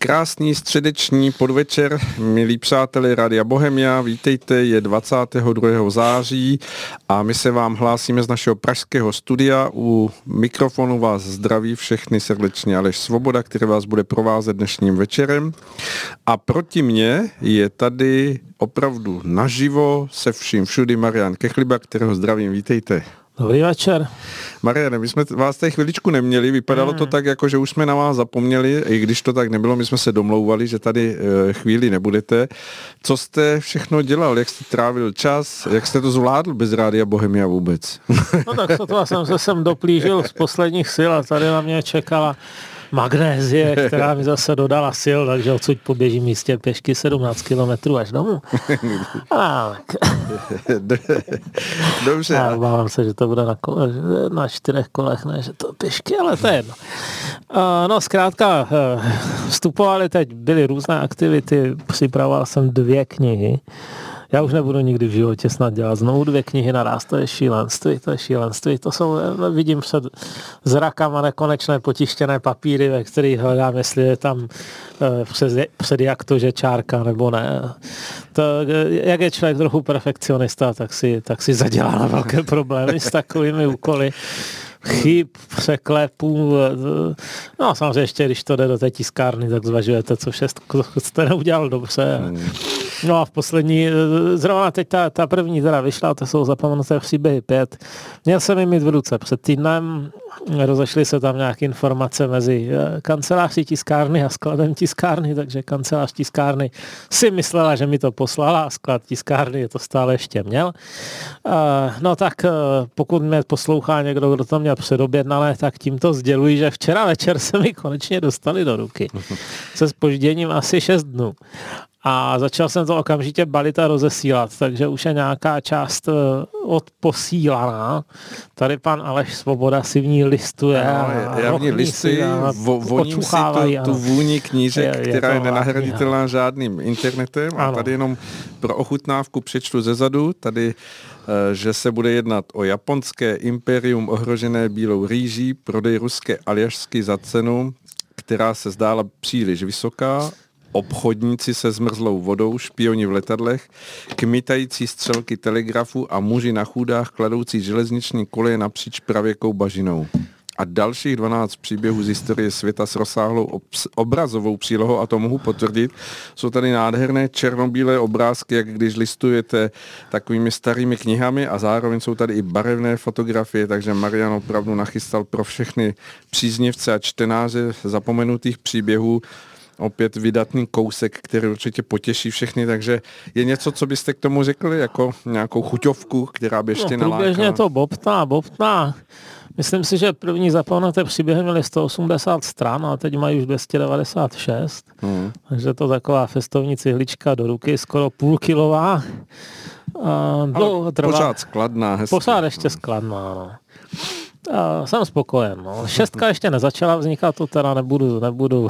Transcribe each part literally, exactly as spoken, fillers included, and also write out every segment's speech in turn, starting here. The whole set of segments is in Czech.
Krásný středeční podvečer, milí přátelé Rádia Bohemia, vítejte, je dvacátého druhého září a my se vám hlásíme z našeho pražského studia. U mikrofonu vás zdraví všechny srdečně Aleš Svoboda, který vás bude provázet dnešním večerem. A proti mně je tady opravdu naživo se vším všudy Marian Kechliba, kterého zdravím, vítejte. Dobrý večer. Mariane, my jsme vás tady chviličku neměli, vypadalo mm. to tak, jako že už jsme na vás zapomněli, i když to tak nebylo, my jsme se domlouvali, že tady e, chvíli nebudete. Co jste všechno dělal, jak jste trávil čas, jak jste to zvládl bez Rádia Bohemia vůbec? No tak to jsem se sem doplížil z posledních sil a tady na mě čekala magnézie, která mi zase dodala sil, takže odsud poběžím místě pěšky sedmnáct kilometrů až domů. A, Dobře. Já obávám se, že to bude na, kole, na čtyřech kolech, ne, že to pěšky, ale to je jedno. No zkrátka, vstupovaly teď, byly různé aktivity, připravoval jsem dvě knihy. Já už nebudu nikdy v životě snad dělat znovu dvě knihy naraz, to je šílenství, to je šílenství. To jsou, vidím před zrakama nekonečné potištěné papíry, ve kterých hledám, jestli je tam před, před jak to, že čárka nebo ne. To, jak je člověk trochu perfekcionista, tak si, tak si zadělá na velké problémy s takovými úkoly. Chyb, překlepů, no samozřejmě ještě, když to jde do té tiskárny, tak zvažujete, co všechno jste neudělal dobře. No a v poslední, zrovna teď ta, ta první teda vyšla, to jsou Zapomenuté příběhy pět. Měl jsem ji mít v ruce před týdnem, rozešly se tam nějaké informace mezi kanceláří tiskárny a skladem tiskárny, takže kancelář tiskárny si myslela, že mi to poslala a sklad tiskárny je to stále ještě měl. No tak pokud mě poslouchá někdo, kdo to měl předobjednané, tak tímto sděluji, že včera večer se mi konečně dostali do ruky. Se zpožděním asi šest dnů. A začal jsem to okamžitě balit a rozesílat, takže už je nějaká část odposílaná. Tady pan Aleš Svoboda si v ní listuje. No, já v ní listuji, voním si to, tu vůni knížek, je, je která je nenahraditelná žádným internetem. A ano. Tady jenom pro ochutnávku přečtu zezadu, tady, že se bude jednat o japonské impérium ohrožené bílou rýží, prodej ruské aljašsky za cenu, která se zdála příliš vysoká, obchodníci se zmrzlou vodou, špioni v letadlech, kmitající střelky telegrafu a muži na chůdách kladoucí železniční koleje napříč pravěkou bažinou. A dalších dvanáct příběhů z historie světa s rozsáhlou obs- obrazovou přílohou, a to mohu potvrdit. Jsou tady nádherné černobílé obrázky, jak když listujete takovými starými knihami, a zároveň jsou tady i barevné fotografie, takže Marian opravdu nachystal pro všechny příznivce a čtenáře Zapomenutých příběhů opět vydatný kousek, který určitě potěší všechny, takže je něco, co byste k tomu řekli, jako nějakou chuťovku, která by ještě no, nalákala? Průběžně to bobtná, bobtná. Myslím si, že první Zapomenuté příběhy měly sto osmdesát stran a teď mají už dvě stě devadesát šest. Hmm. Takže to taková festovní cihlička do ruky, skoro půlkilová. Ale pořád skladná. Hezky. Pořád ještě skladná, no. Já jsem spokojen. No. Šestka ještě nezačala vznikat, to teda nebudu, nebudu.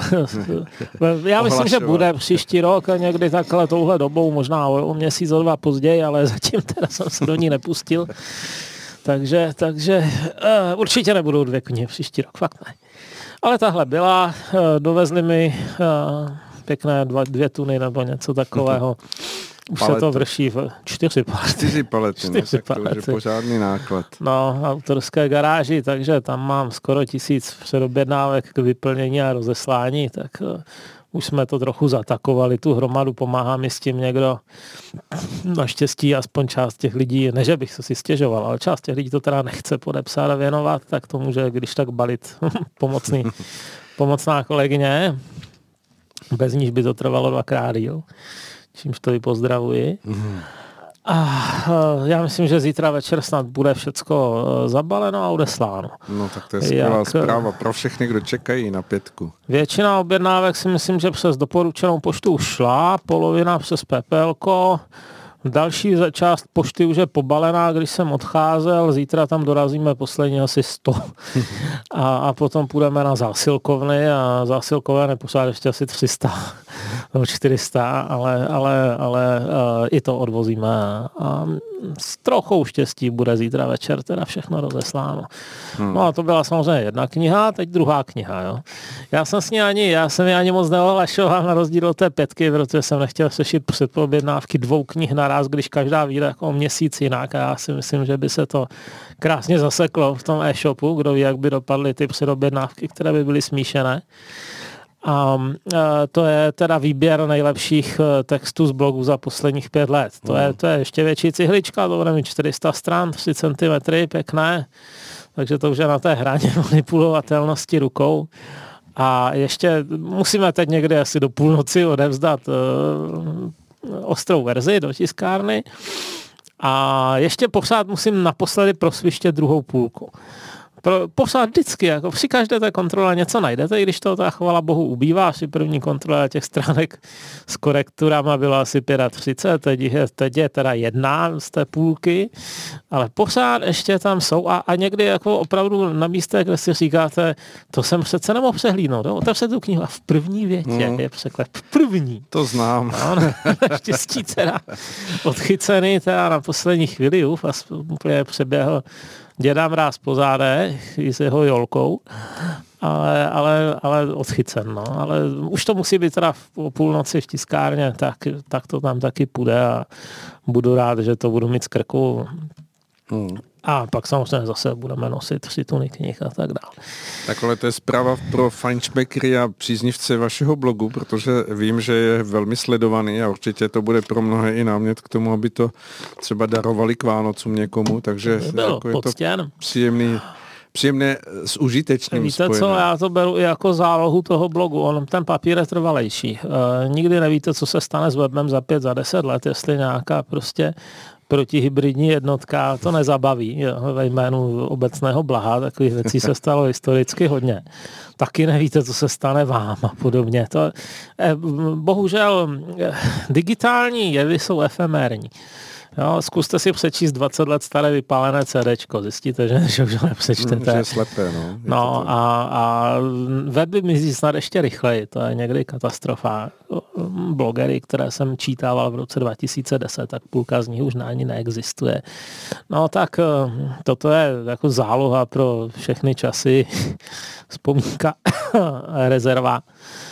Já myslím, že bude příští rok někdy takhle touhle dobou, možná o měsíc, o dva později, ale zatím teda jsem se do ní nepustil. Takže, takže uh, určitě nebudou dvě knihy příští rok, fakt ne. Ale tahle byla, uh, dovezli mi uh, pěkné dva, dvě tuny nebo něco takového. Už palety. Se to vrší v čtyři palety. Čtyři palety, čtyři no, palety. To už je pořádný náklad. No, autorské garáži, takže tam mám skoro tisíc předobjednávek k vyplnění a rozeslání, tak uh, už jsme to trochu zatakovali, tu hromadu, pomáhá mi s tím někdo. Naštěstí aspoň část těch lidí, ne že bych se si stěžoval, ale část těch lidí to teda nechce podepsat a věnovat, tak to může když tak balit pomocný, pomocná kolegyně. Bez níž by to trvalo dvakrát díl. Čímž to i pozdravuji. Mm. A já myslím, že zítra večer snad bude všecko zabaleno a odesláno. No tak to je skvělá Jak, zpráva pro všechny, kdo čekají na pětku. Většina objednávek si myslím, že přes doporučenou poštu už šla, polovina přes pepelko. Další část pošty už je pobalená, když jsem odcházel, zítra tam dorazíme poslední asi sto a, a potom půjdeme na zásilkovny a zásilkové pořád ještě asi tři sta nebo čtyři sta, ale, ale, ale uh, i to odvozíme. A s trochou štěstí bude zítra večer teda všechno rozesláno. Hmm. No a to byla samozřejmě jedna kniha, teď druhá kniha. Jo. Já jsem s ní ani, já jsem ji ani moc neohlašoval na rozdíl od té pětky, protože jsem nechtěl sešit předobjednávky dvou knih naraz, když každá vyjde jako o měsíc jinak a já si myslím, že by se to krásně zaseklo v tom e-shopu, kdo ví, jak by dopadly ty předobjednávky, které by byly smíšené. A to je teda výběr nejlepších textů z blogu za posledních pět let. To je, to je ještě větší cihlička, to bude mít čtyři sta stran, tři centimetry, pěkné. Takže to už je na té hraně manipulovatelnosti rukou. A ještě musíme teď někdy asi do půlnoci odevzdat uh, ostrou verzi do tiskárny. A ještě pořád musím naposledy prosvištět druhou půlku. Pro, pořád vždycky, jako při každé té kontrole něco najdete, i když to ta chvala bohu ubývá, při první kontrole těch stránek s korekturama bylo asi třicet pět, teď je, teď je teda jedna z té půlky, ale pořád ještě tam jsou a, a někdy jako opravdu na místě, kde si říkáte, to jsem přece nemohl přehlídnout, no, otevřete tu knihu a v první větě hmm. je překlep, v první. To znám. No, naštěstí teda odchycený teda na poslední chvíli, uf, a úplně přeběhl Děda Mráz po zádech s jeho jolkou, ale, ale, ale odchycen, no. Ale už to musí být teda o půlnoci v tiskárně, tak, tak to tam taky půjde a budu rád, že to budu mít z krku. Hmm. A pak samozřejmě zase budeme nosit tři tuny knih a tak dále. Tak ale to je zpráva pro fajnšmekry a příznivce vašeho blogu, protože vím, že je velmi sledovaný a určitě to bude pro mnohé i námět k tomu, aby to třeba darovali k Vánocům někomu, takže bylo, jako je to příjemný, příjemné s užitečným Víte spojené. co, já to beru i jako zálohu toho blogu, on ten papír je trvalejší. E, nikdy nevíte, co se stane s webem za pět, za deset let, jestli nějaká prostě protihybridní jednotka to nezabaví jo, ve jménu obecného blaha, takových věcí se stalo historicky hodně. Taky nevíte, co se stane vám a podobně. To, eh, bohužel digitální jevy jsou efemérní. Jo, zkuste si přečíst dvacet let staré vypálené CDčko, zjistíte, že, že už ho nepřečtete. Že je slepé, no. No a, a weby mizí snad ještě rychleji, to je někdy katastrofa. Blogery, které jsem čítával v roce dva tisíce deset, tak půlka z nich už ani neexistuje. No tak toto je jako záloha pro všechny časy, vzpomínka, rezerva.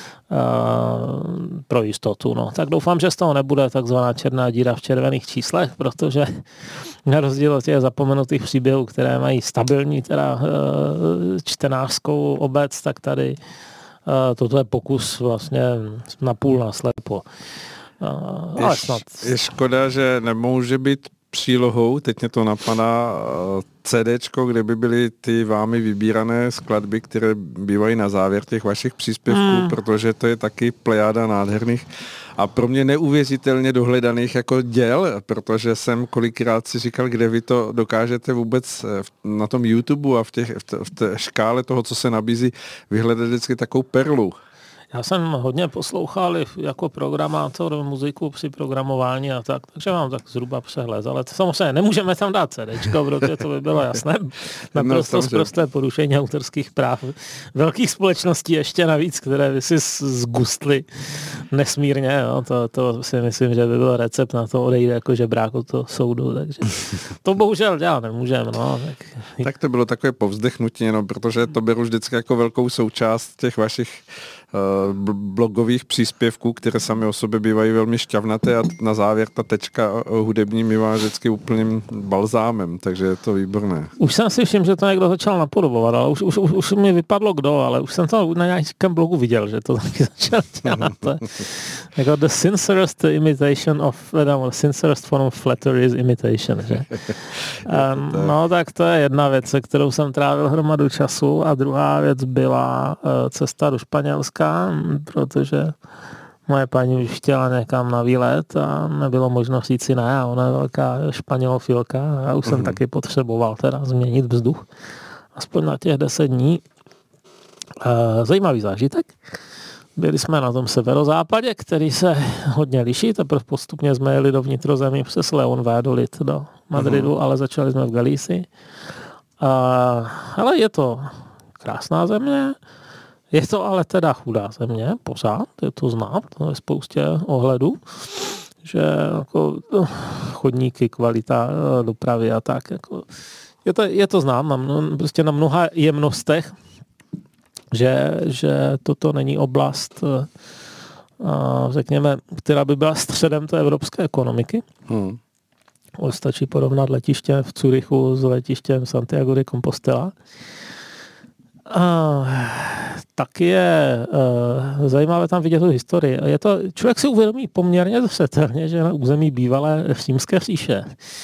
Uh, pro jistotu. No. Tak doufám, že z toho nebude takzvaná černá díra v červených číslech, protože na rozdíl od těch zapomenutých příběhů, které mají stabilní teda uh, čtenářskou obec, tak tady uh, toto je pokus vlastně na půl na slepo. Uh, ale snad. Je škoda, že nemůže být přílohou, teď mě to napadá, CDčko, kde by byly ty vámi vybírané skladby, které bývají na závěr těch vašich příspěvků, mm. protože to je taky plejáda nádherných a pro mě neuvěřitelně dohledaných jako děl, protože jsem kolikrát si říkal, kde vy to dokážete vůbec na tom YouTube a v, těch, v té škále toho, co se nabízí, vyhledat vždycky takovou perlu. Já jsem hodně poslouchal jako programátor muziku při programování a tak, takže mám tak zhruba přehled, ale to samozřejmě nemůžeme tam dát CDčko, protože to by bylo jasné. Naprosto no, zprosté porušení autorských práv velkých společností ještě navíc, které by si zgustly nesmírně, jo. To, to si myslím, že by byl recept na to odejít jako žebrák od toho soudu, takže to bohužel dělat nemůžeme. No, tak. tak to bylo takové povzdechnutí, no, protože to beru vždycky jako velkou součást těch vašich blogových příspěvků, které sami o sobě bývají velmi šťavnaté a na závěr ta tečka hudební mívá vždycky úplným balzámem, takže je to výborné. Už jsem si všiml, že to někdo začal napodobovat, ale už, už, už, už mi vypadlo kdo, ale už jsem to na nějakém blogu viděl, že to taky začal dělat. Jako the sincerest imitation of, no, sincerest form of flattery is imitation, že? um, no tak to je jedna věc, se kterou jsem trávil hromadu času a druhá věc byla uh, cesta do Španělska, protože moje paní už chtěla někam na výlet a nebylo možno říct si ne a ona je velká španělofilka a já už jsem mm. taky potřeboval teda změnit vzduch. Aspoň na těch deset dní. E, zajímavý zážitek. Byli jsme na tom severozápadě, který se hodně liší, teprve postupně jsme jeli do vnitrozemí přes León Valladolid do Madridu, mm. ale začali jsme v Galicii. Ale je to krásná země. Je to ale teda chudá země, pořád, je to znám, to je spoustě ohledů. že jako, chodníky, kvalita dopravy a tak. Jako, je, to, je to znám na, prostě na mnoha jemnostech, že, že toto není oblast, řekněme, která by byla středem té evropské ekonomiky. Hmm. Stačí porovnat letiště v Curychu s letištěm Santiago de Compostela. A tak je uh, zajímavé tam vidět tu historii. Je to, člověk si uvědomí poměrně zřetelně, že na území bývalé Římské říše.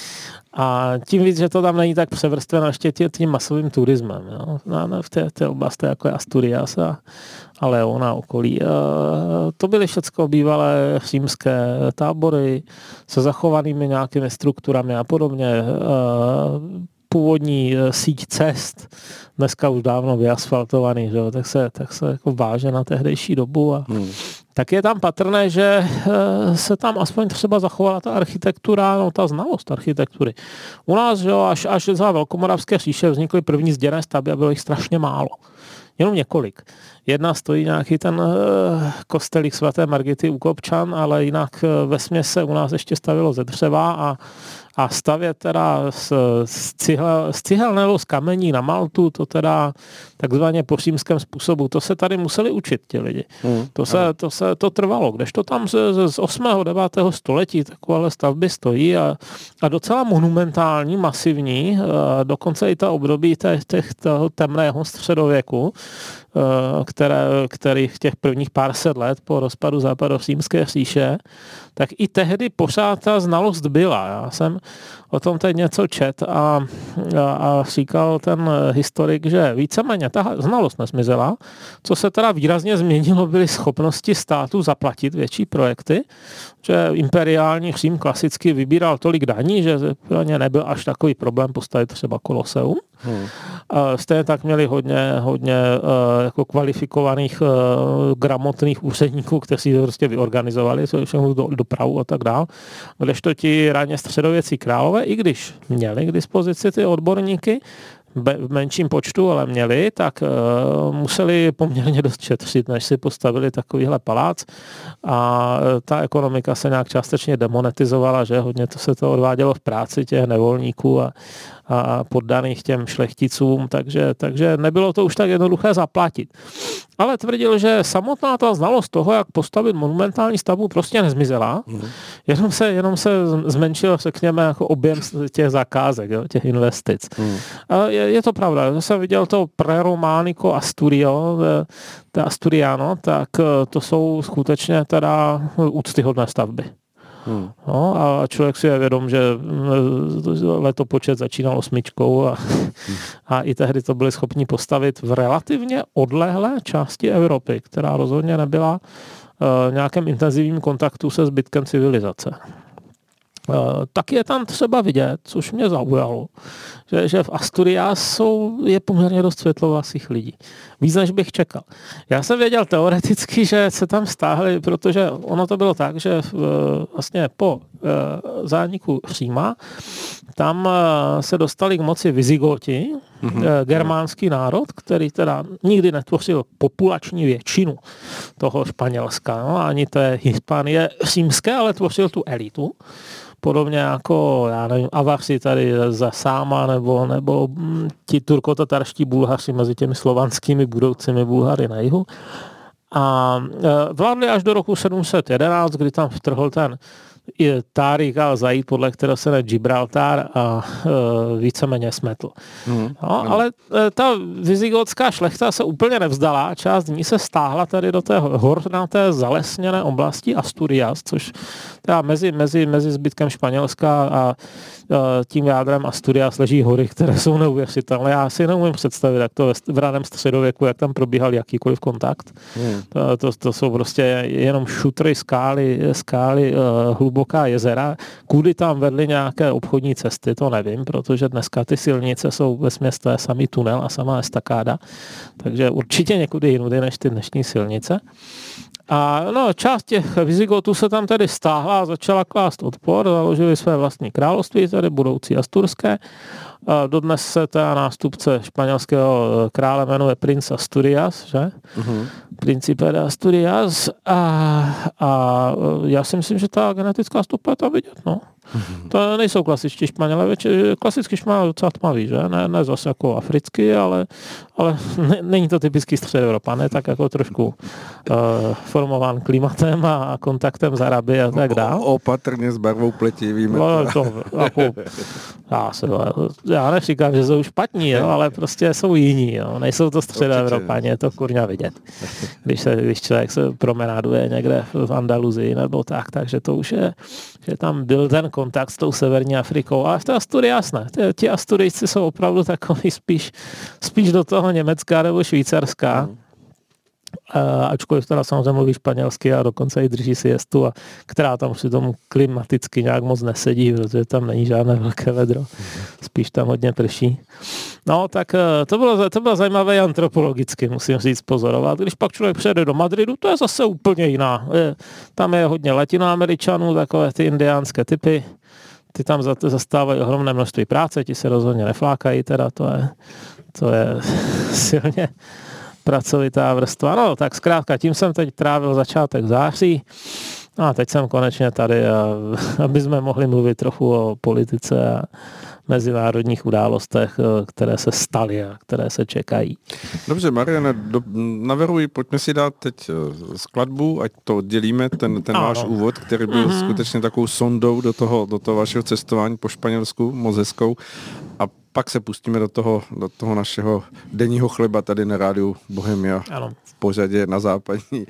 A tím víc, že to tam není tak převrstveno ještě tím masovým turismem. Jo? V té, té oblasti, jako je Asturias a, a León a okolí. Uh, to byly všechno bývalé římské tábory se zachovanými nějakými strukturami a podobně. Uh, původní síť cest, dneska už dávno vyasfaltovaný, že? Tak se, tak se jako váže na tehdejší dobu. A hmm. tak je tam patrné, že se tam aspoň třeba zachovala ta architektura, no ta znalost architektury. U nás, že? až, až za Velkomoravské říše vznikly první zděné stavby a bylo jich strašně málo. Jenom několik. Jedna stojí nějaký ten kostelík svaté Margity u Kopčan, ale jinak vesměs se u nás ještě stavilo ze dřeva a A stavět teda z, z, cihel, z cihel nebo z kamení na maltu, to teda takzvaně po římském způsobu, to se tady museli učit ti lidi. Hmm. To, se, to se to trvalo. Kdežto tam z, z osmého devátého století takovéhle stavby stojí a, a docela monumentální, masivní, dokonce i ta období těch, těch, toho temného středověku, které, který v těch prvních pár set let po rozpadu západořímské říše, tak i tehdy pořád ta znalost byla. Já jsem o tom teď něco čet a, a, a říkal ten historik, že víceméně ta znalost nesmizela. Co se teda výrazně změnilo, byly schopnosti státu zaplatit větší projekty, že imperiální Řím klasicky vybíral tolik daní, že pro ně nebyl až takový problém postavit třeba Koloseum. Hmm. Stejně tak měli hodně, hodně jako kvalifikovaných, gramotných úředníků, kteří to prostě vyorganizovali, všechno do, dopravu a tak dál. Kdežto ti raně středověcí králové, i když měli k dispozici ty odborníky, v menším počtu, ale měli, tak uh, museli poměrně dost šetřit, než si postavili takovýhle palác a uh, ta ekonomika se nějak částečně demonetizovala, že hodně to se to odvádělo v práci těch nevolníků a, a poddaných těm šlechticům, takže, takže nebylo to už tak jednoduché zaplatit. Ale tvrdil, že samotná ta znalost toho, jak postavit monumentální stavbu, prostě nezmizela, mm. jenom se, jenom se zmenšil, řekněme, jako objem těch zakázek, jo, těch investic. Mm. A je, je to pravda, já jsem viděl to Prerománico Asturio, to Asturiano, tak to jsou skutečně teda úctyhodné stavby. Hmm. No, a člověk si je vědom, že letopočet začínal osmičkou a, hmm. a i tehdy to byli schopni postavit v relativně odlehlé části Evropy, která rozhodně nebyla uh, nějakém intenzivním kontaktu se zbytkem civilizace. Uh, tak je tam třeba vidět, což mě zaujalo, že, že v Asturias jsou, je poměrně dost světlovlasých lidí. Víc, než bych čekal. Já jsem věděl teoreticky, že se tam stáhli, protože ono to bylo tak, že v, vlastně po uh, zániku Říma tam uh, se dostali k moci Vizigoti, mm-hmm. uh, germánský národ, který teda nikdy netvořil populační většinu toho Španělska, no, ani té Hispánie římské, ale tvořil tu elitu. Podobně jako, já nevím, Avarsi tady za Sáma, nebo, nebo ti turkotatarští Bulhaři mezi těmi slovanskými budoucími Bulhary na jihu. A vládli až do roku sedm set jedenáct, kdy tam vtrhl ten Tárik al-Zaid, podle kterého se jmenuje Gibraltar a e, víceméně smetl. Mm, no, ale e, ta vizigotská šlechta se úplně nevzdala, část ní se stáhla tady do té hornaté zalesněné oblasti Asturias, což teda mezi, mezi, mezi zbytkem Španělska a e, tím jádrem Asturias leží hory, které jsou neuvěřitelné. Já si neumím představit, jak to v raném středověku, jak tam probíhal jakýkoliv kontakt. Mm. To, to, to jsou prostě jenom šutry, skály, skály e, hluboká jezera, kudy tam vedly nějaké obchodní cesty, to nevím, protože dneska ty silnice jsou vesměs to je samý tunel a samá estakáda, takže určitě někudy jinudy než ty dnešní silnice. A no, část těch Vizigotů se tam tedy stáhla a začala klást odpor, založili své vlastní království, tedy budoucí asturské. A dodnes se teda nástupce španělského krále jmenuje Prince Asturias, že? Uh-huh. Principe de Asturias. A, a já si myslím, že ta genetická stopa je tam vidět, no. Mm-hmm. To nejsou klasičtí Španělé, klasický Španělé docela tmavý, že? Ne, ne zase jako africký, ale, ale ne, není to typický středoevropa, ne tak jako trošku uh, formován klimatem a kontaktem s Araby a tak dále. Opatrně s barvou pleti, víme. No, to, jako, já, se, já neříkám, že jsou špatní, jo, ale prostě jsou jiní, jo. Nejsou to středoevropani, je to kurňa vidět. Když, se, když člověk se promenáduje někde v Andaluzii nebo tak, takže to už je, že tam byl ten kontakt s tou severní Afrikou. Ale v té Asturii jasné. Ti Asturijci jsou opravdu takový spíš, spíš do toho Německa nebo Švýcarska. Mm. Uh, ačkoliv teda samozřejmě mluví španělsky a dokonce i drží siestu, a která tam při tomu klimaticky nějak moc nesedí, protože tam není žádné velké vedro. Spíš tam hodně prší. No, tak uh, to bylo, to bylo zajímavé antropologicky, musím říct, pozorovat. Když pak člověk přijede do Madridu, to je zase úplně jiná. Je, tam je hodně Latinoameričanů, takové ty indiánské typy. Ty tam zastávají ohromné množství práce, ti se rozhodně neflákají, teda to je, to je silně pracovitá vrstva. No, tak zkrátka, tím jsem teď trávil začátek září. No a teď jsem konečně tady, a, aby jsme mohli mluvit trochu o politice a mezinárodních událostech, které se staly a které se čekají. Dobře, Mariane, do, navrhuji, pojďme si dát teď skladbu, ať to oddělíme, ten, ten váš úvod, který byl mm-hmm. skutečně takovou sondou do toho, do toho vašeho cestování po Španělsku, moc hezkou. A pak se pustíme do toho, do toho našeho denního chleba tady na rádiu Bohemia ano. v pořadě na západní.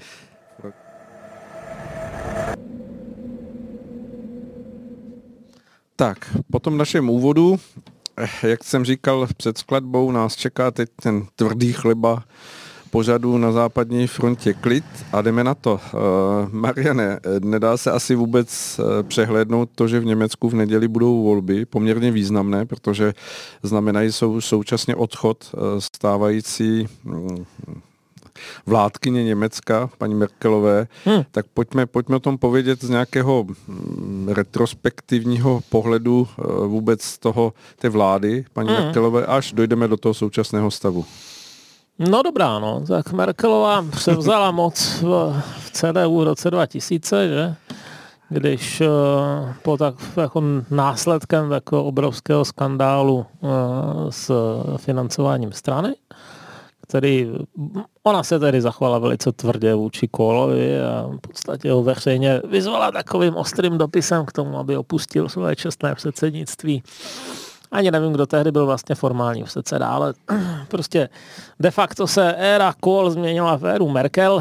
Tak, po tom našem úvodu, jak jsem říkal před skladbou, nás čeká teď ten tvrdý chleba pořadu na západní frontě klid a jdeme na to. Uh, Mariane, nedá se asi vůbec přehlédnout to, že v Německu v neděli budou volby, poměrně významné, protože znamenají sou, současně odchod stávající um, vládkyně Německa, paní Merkelové, hmm. tak pojďme, pojďme o tom povědět z nějakého retrospektivního pohledu vůbec z toho té vlády, paní hmm. Merkelové, až dojdeme do toho současného stavu. No dobrá, no, tak Merkelová převzala moc v, v C D U v roce dva tisíce, že? Když uh, po tak jako následkem takového obrovského skandálu uh, s financováním strany, který, ona se tedy zachovala velice tvrdě vůči Kohlovi a v podstatě ho veřejně vyzvala takovým ostrým dopisem k tomu, aby opustil své čestné předsednictví. Ani nevím, kdo tehdy byl vlastně formální předseda, ale prostě de facto se éra Kohl změnila v éru Merkel.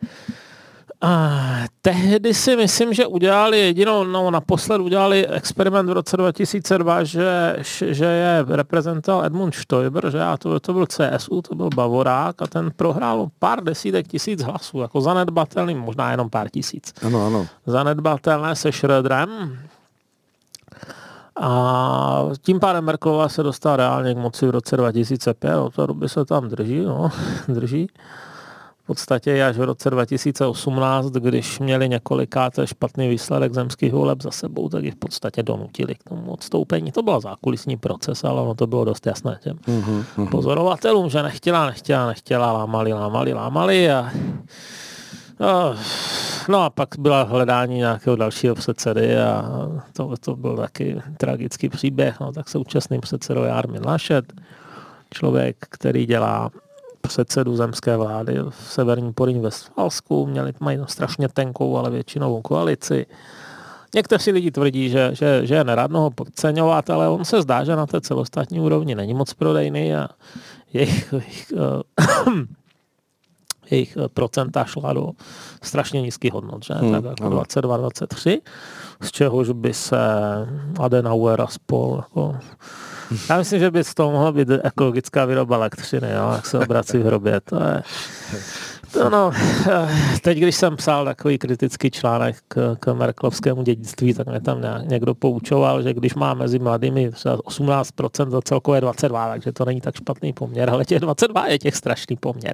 A tehdy si myslím, že udělali jedinou, no naposled udělali experiment v roce dva tisíce dva, že, že je reprezentoval Edmund Stoiber, že a to, to byl C S U, to byl Bavorák a ten prohrál pár desítek tisíc hlasů, jako zanedbatelný, možná jenom pár tisíc. Ano, ano. Zanedbatelné se Schröderem. A tím pádem Merkelová se dostala reálně k moci v roce dva tisíce pět, od té doby se tam drží, no, drží. V podstatě až v roce dva tisíce osmnáct, když měli několikáté špatný výsledek zemských voleb za sebou, tak ji v podstatě donutili k tomu odstoupení. To byl zákulisní proces, ale ono to bylo dost jasné těm uh-huh, uh-huh. pozorovatelům, že nechtěla, nechtěla, nechtěla, lámali, lámali, lámali a no a pak byla hledání nějakého dalšího předsedy a to, to byl taky tragický příběh. No, tak současným předsedou je Armin Laschet, člověk, který dělá předsedu zemské vlády v severním Porín-Vestfálsku. Měli, mají strašně tenkou, ale většinovou koalici. Někteří lidi tvrdí, že, že, že je neradno ho podceňovat, ale on se zdá, že na té celostátní úrovni není moc prodejný a jejich, jejich jejich procenta šla do strašně nízkých hodnot, že? Hmm, tak jako dvacet dva dvacet tři, z čehož by se Adenauer a spol jako... Já myslím, že by z toho mohla být ekologická výroba elektřiny, jo? Jak se obrací v hrobě, to je... No, teď, když jsem psal takový kritický článek k, k merkelovskému dědictví, tak mě tam někdo poučoval, že když má mezi mladými osmnáct procent za celkové dvacet dva, takže to není tak špatný poměr, ale těch dvacet dva je těch strašný poměr.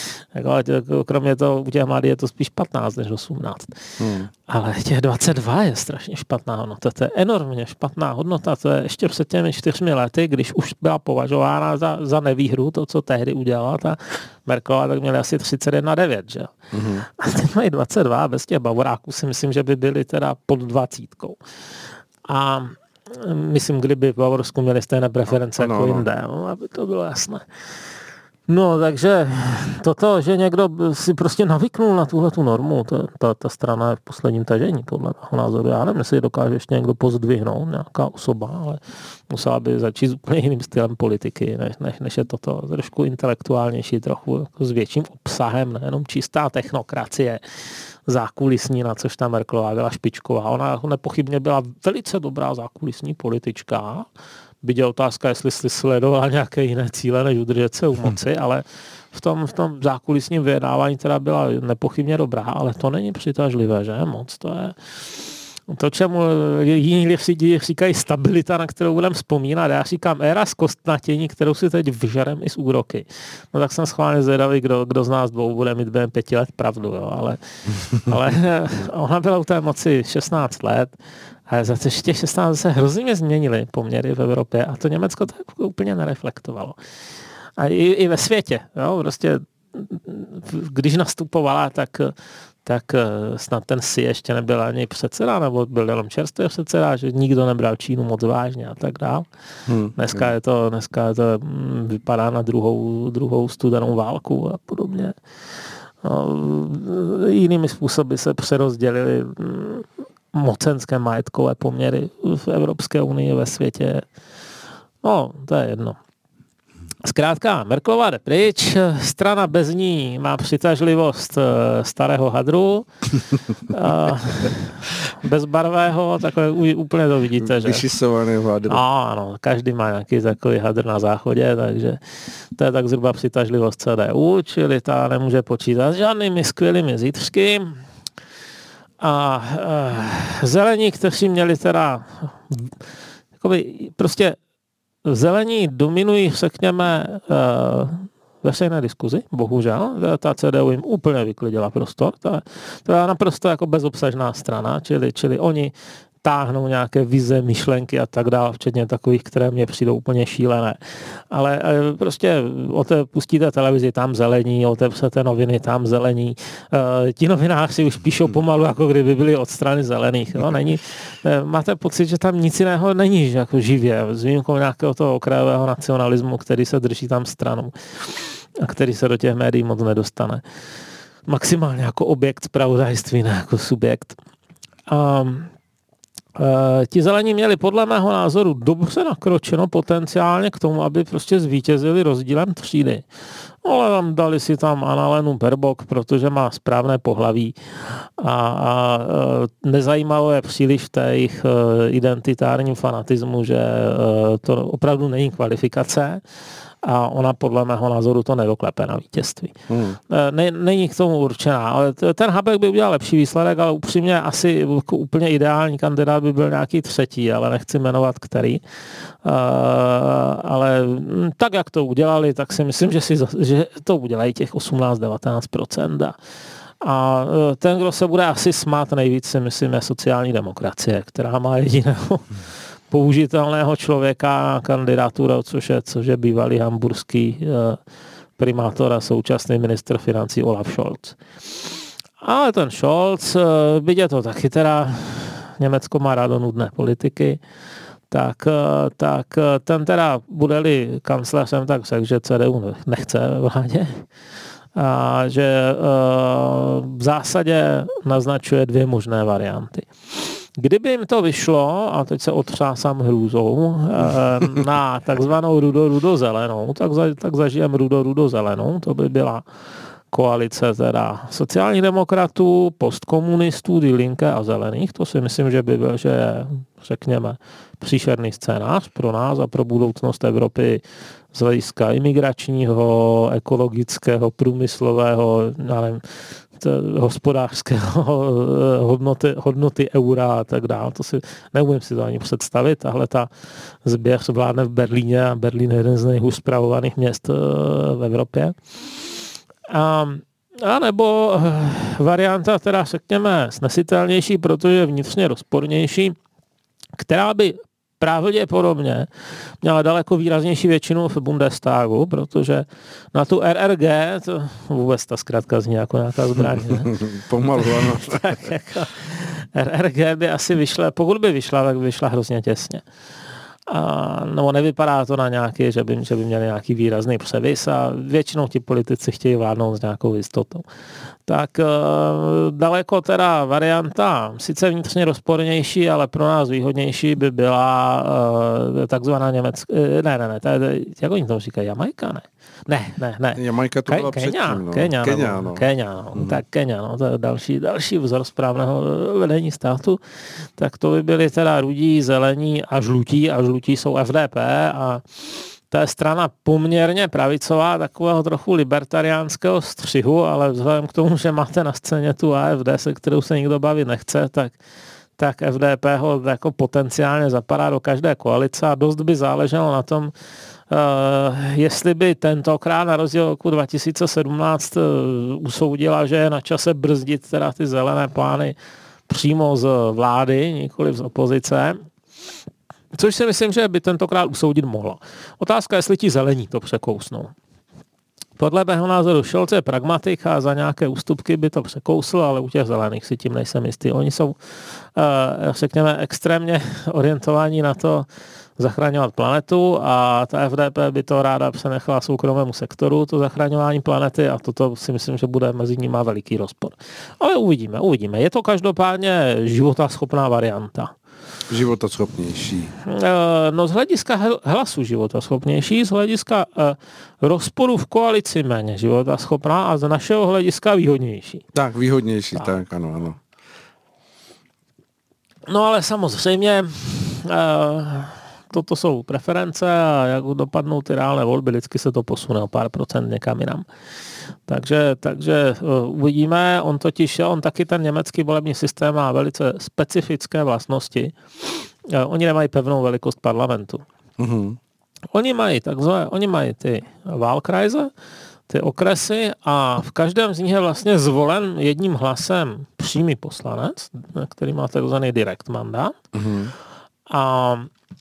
Jako, kromě toho, u těch mladých je to spíš patnáct než osmnáct. Hmm. Ale těch dvacet dva je strašně špatná hodnota, to je enormně špatná hodnota, to je ještě před těmi čtyřmi lety, když už byla považována za, za nevýhru, to, co tehdy udělala ta Merkelová, tak měli asi třicet jedna devět, že? Mm-hmm. A teď mají dvacet dva, bez těch Bavoráků si myslím, že by byli teda pod dvacítkou. A myslím, kdyby v Bavorsku měli stejné preference no, jako no, jinde, no, aby to bylo jasné. No, takže toto, že někdo si prostě navyknul na tuhletu normu, to, ta, ta strana je v posledním tažení, podle mého názoru. Já nevím, jestli dokáže ještě někdo pozdvihnout, nějaká osoba, ale musela by začít s úplně jiným stylem politiky, než, než, než je toto. Trošku intelektuálnější, trochu jako s větším obsahem, nejenom čistá technokracie, zákulisní, na což ta Merkelová byla špičková. Ona nepochybně byla velice dobrá zákulisní politička. Byť je otázka, jestli si sledovala nějaké jiné cíle, než udržet se u moci, ale v tom, v tom zákulisním vyjednávání teda byla nepochybně dobrá, ale to není přitažlivé, že? Moc to je to, čemu jiní lidi říkají stabilita, na kterou budeme vzpomínat. Já říkám éra zkostnatění, kterou si teď vyžerem i z úroky. No tak jsem schválně zvědavý, kdo, kdo z nás dvou bude mít během pěti let pravdu, jo? Ale, ale ona byla u té moci šestnáct let. A za těch šestnáct se hrozně změnily poměry v Evropě a to Německo to úplně nereflektovalo. A i, i ve světě, jo, prostě když nastupovala, tak, tak snad ten si ještě nebyl ani předseda, nebo byl jenom čerstvý předseda, že nikdo nebral Čínu moc vážně a tak dál. Hmm, dneska, hmm. je to, dneska je to vypadá na druhou, druhou studenou válku a podobně. No, jinými způsoby se přerozdělili mocenské majetkové poměry v Evropské unii, ve světě. No, to je jedno. Zkrátka, Merkelová jde pryč, strana bez ní má přitažlivost starého hadru, bezbarvého, takové úplně to vidíte, že? Vyšisovaného hadru. Ano, každý má nějaký takový hadr na záchodě, takže to je tak zhruba přitažlivost C D U, čili ta nemůže počítat s žádnými skvělými zítřky. A e, zelení, kteří měli teda jakoby, prostě zelení dominují, řekněme, e, veřejné diskuzi, bohužel. Ta C D U jim úplně vyklidila prostor. Ta, to je naprosto jako bezobsažná strana, čili, čili oni táhnou nějaké vize, myšlenky a tak dále, včetně takových, které mě přijdou úplně šílené. Ale prostě ote, pustíte televizi, tam zelení, otevřete noviny, tam zelení. E, ti novináři už píšou pomalu, jako kdyby byli od strany zelených. Jo? Není, e, máte pocit, že tam nic jiného není jako živě, s výjimkou nějakého toho okrajového nacionalismu, který se drží tam stranou a který se do těch médií moc nedostane. Maximálně jako objekt zpravodajství, ne jako subjekt. Um, Uh, ti zelení měli podle mého názoru dobře nakročeno potenciálně k tomu, aby prostě zvítězili rozdílem třídy. Ale tam dali si tam Annalenu Baerbock, protože má správné pohlaví a, a nezajímalo je příliš v té jejich identitárním fanatismu, že to opravdu není kvalifikace. A ona podle mého názoru to nedoklepe na vítězství. Hmm. Ne, není k tomu určená, ale ten Habeck by udělal lepší výsledek, ale upřímně asi úplně ideální kandidát by byl nějaký třetí, ale nechci jmenovat který. Uh, ale tak, jak to udělali, tak si myslím, že, si, že to udělají těch osmnáct až devatenáct procent. A ten, kdo se bude asi smát nejvíc, si myslím, je sociální demokracie, která má jediného použitelného člověka na kandidaturu, což je, což je bývalý hamburský eh, primátor a současný ministr financí Olaf Scholz. Ale ten Scholz, eh, byť je to taky teda, Německo má rádo nudné politiky, tak, eh, tak ten teda bude-li kancléřem, tak řekl, že C D U nechce ve vládě. A že eh, v zásadě naznačuje dvě možné varianty. Kdyby jim to vyšlo, a teď se otřásám hrůzou, na takzvanou rudo-rudo-zelenou, tak, za, tak zažijem rudo-rudo-zelenou, to by byla koalice teda sociálních demokratů, postkomunistů, Die Linke a zelených. To si myslím, že by byl, že je, řekněme, příšerný scénář pro nás a pro budoucnost Evropy z hlediska imigračního, ekologického, průmyslového, nevím, hospodářského hodnoty, hodnoty eura a tak dále. To si neumím si to ani představit. Tahle ta zběh vládne v Berlíně a Berlín je jeden z nejhůř spravovaných měst v Evropě. A, a nebo varianta teda řekněme snesitelnější, protože vnitřně rozpornější, která by pravděpodobně měla daleko výraznější většinu v Bundestagu, protože na tu R R G, to vůbec ta zkrátka zní jako nějaká zbraň. Pomalu, ano. Tak jako R R G by asi vyšla, pokud by vyšla, tak by vyšla hrozně těsně. A, no nevypadá to na nějaký, že by, že by měli nějaký výrazný převis a většinou ti politici chtějí vládnout s nějakou jistotou. Tak e, daleko teda varianta, sice vnitřně rozpornější, ale pro nás výhodnější by byla e, takzvaná německá, e, ne, ne, ne, to je, jak oni tomu říkají, Jamajka, ne? Ne, ne, ne. Jamajka to byla Kenia, předtím, no. Kenia, Kenia, no. no. Kenia, no. Mm. Tak Kenia, no, to je další, další vzor správného vedení státu. Tak to by byly teda rudí, zelení a žlutí a žlutí jsou F D P a to je strana poměrně pravicová, takového trochu libertariánského střihu, ale vzhledem k tomu, že máte na scéně tu A F D, se kterou se nikdo bavit nechce, tak, tak F D P ho jako potenciálně zapadá do každé koalice a dost by záleželo na tom, Uh, jestli by tentokrát na rozdíl roku dva tisíce sedmnáct uh, usoudila, že je na čase brzdit teda ty zelené plány přímo z vlády, nikoli z opozice, což si myslím, že by tentokrát usoudit mohla. Otázka, jestli ti zelení to překousnou. Podle mého názoru Scholz je pragmatik a za nějaké ústupky by to překousl, ale u těch zelených si tím nejsem jistý. Oni jsou, uh, řekněme, extrémně orientovaní na to, zachraňovat planetu a ta F D P by to ráda přenechala soukromému sektoru, to zachraňování planety a toto si myslím, že bude mezi nimi veliký rozpor. Ale uvidíme, uvidíme. Je to každopádně životaschopná varianta. Životaschopnější. No z hlediska hlasu životaschopnější, z hlediska rozporu v koalici méně životaschopná a z našeho hlediska výhodnější. Tak, výhodnější, tak, tak ano, ano. No ale samozřejmě toto jsou preference a jak dopadnou ty reálné volby, vždycky se to posune o pár procent někam jinam. Takže, takže uh, uvidíme, on totiž, on taky ten německý volební systém má velice specifické vlastnosti. Uh, oni nemají pevnou velikost parlamentu. Mm-hmm. Oni mají takzvané, oni mají ty Wahlkreise, ty okresy a v každém z nich je vlastně zvolen jedním hlasem přímý poslanec, který má takzvaný direct mandát. Mm-hmm. A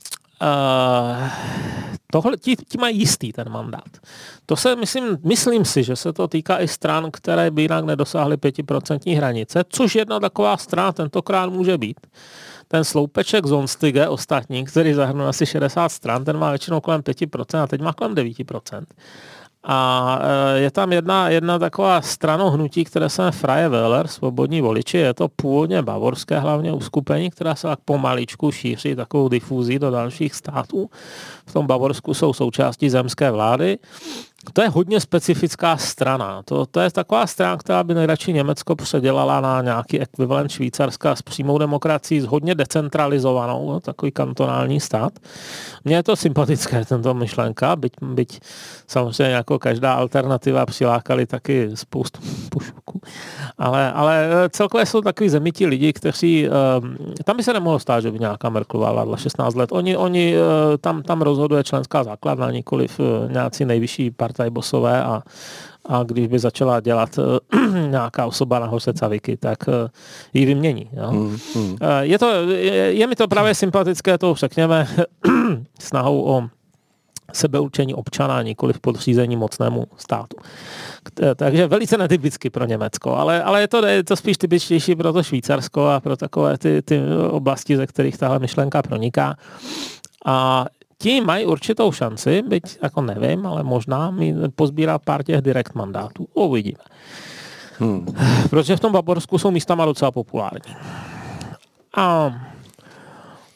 Uh, tohle, ti, ti mají jistý ten mandát. To se, myslím, myslím si, že se to týká i stran, které by jinak nedosáhly pětiprocentní hranice, což jedna taková strana tentokrát může být. Ten sloupeček Sonstige, ostatní, který zahrnul asi šedesát stran, ten má většinou kolem pět procent a teď má kolem devět procent. A je tam jedna, jedna taková stranohnutí, které se jmenuje Freie Wähler, svobodní voliči. Je to původně bavorské hlavně uskupení, která se tak pomaličku šíří takovou difuzí do dalších států. V tom Bavorsku jsou součástí zemské vlády. To je hodně specifická strana. To, to je taková strana, která by nejradši Německo předělala na nějaký ekvivalent Švýcarska s přímou demokracií, s hodně decentralizovanou, takový kantonální stát. Mně je to sympatické, tento myšlenka, byť, byť samozřejmě jako každá alternativa přilákali taky spoustu pušků. Ale, ale celkově jsou takový zemití lidi, kteří, tam by se nemohlo stát, že by nějaká Merkelová vládla šestnáct let. Oni, oni tam, tam rozhoduje členská základna, nikoliv nějací nejvyšší partajbosové a, a když by začala dělat nějaká osoba nahoře caviky, tak ji vymění. Jo? Mm, mm. Je, to, je, je mi to právě sympatické, to řekněme, snahou o sebeurčení občana, nikoli v podřízení mocnému státu. Takže velice netypicky pro Německo, ale, ale je, to, je to spíš typičtější pro to Švýcarsko a pro takové ty, ty oblasti, ze kterých tahle myšlenka proniká. A ti mají určitou šanci, byť jako nevím, ale možná mi pozbírá pár těch direkt mandátů. Uvidíme. Hmm. Protože v tom Bavorsku jsou místama docela populární. A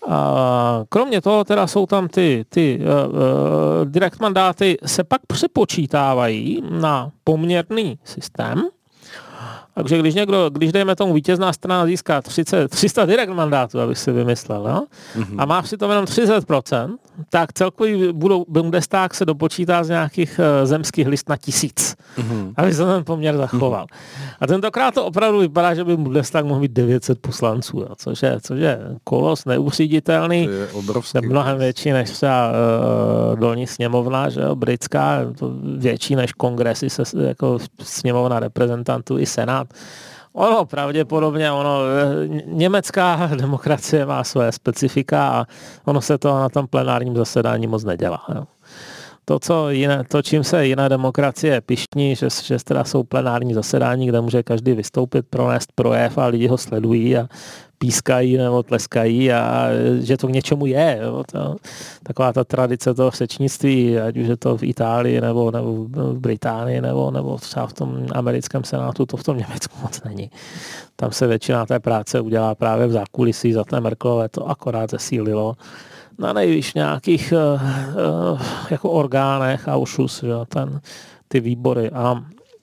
A kromě toho teda jsou tam ty, ty uh, uh, direct mandáty se pak přepočítávají na poměrný systém. Takže když někdo, když dejme tomu vítězná strana získá třicet, tři sta direct mandátů, abych si vymyslel, no? Mm-hmm. A má při tom jenom třicet procent, tak celkový budou, Bundestag se dopočítá z nějakých uh, zemských list na tisíc, mm-hmm. aby se ten poměr zachoval. Mm-hmm. A tentokrát to opravdu vypadá, že by Bundestag mohl mít devět set poslanců, jo? Což, je, což je kolos neuříditelný, obrovský, mnohem větší než třeba uh, dolní sněmovna, že jo, britská, to větší než kongresy, se, jako sněmovna reprezentantů i senát. Ono pravděpodobně, ono, německá demokracie má své specifika a ono se to na tom plenárním zasedání moc nedělá. Jo. To, co jiné, to, čím se jiné demokracie pištní, že, že teda jsou plenární zasedání, kde může každý vystoupit, pronést projev a lidi ho sledují a pískají nebo tleskají a že to k něčemu je. Jo. To, taková ta tradice toho řečnictví, ať už je to v Itálii nebo, nebo v Británii nebo, nebo třeba v tom americkém senátu, to v tom Německu moc není. Tam se většina té práce udělá právě v zákulisí, za té Merkelové to akorát zesílilo. Na nejvíc nějakých uh, uh, jako orgánech Ausschuss, že, ten, ty výbory a,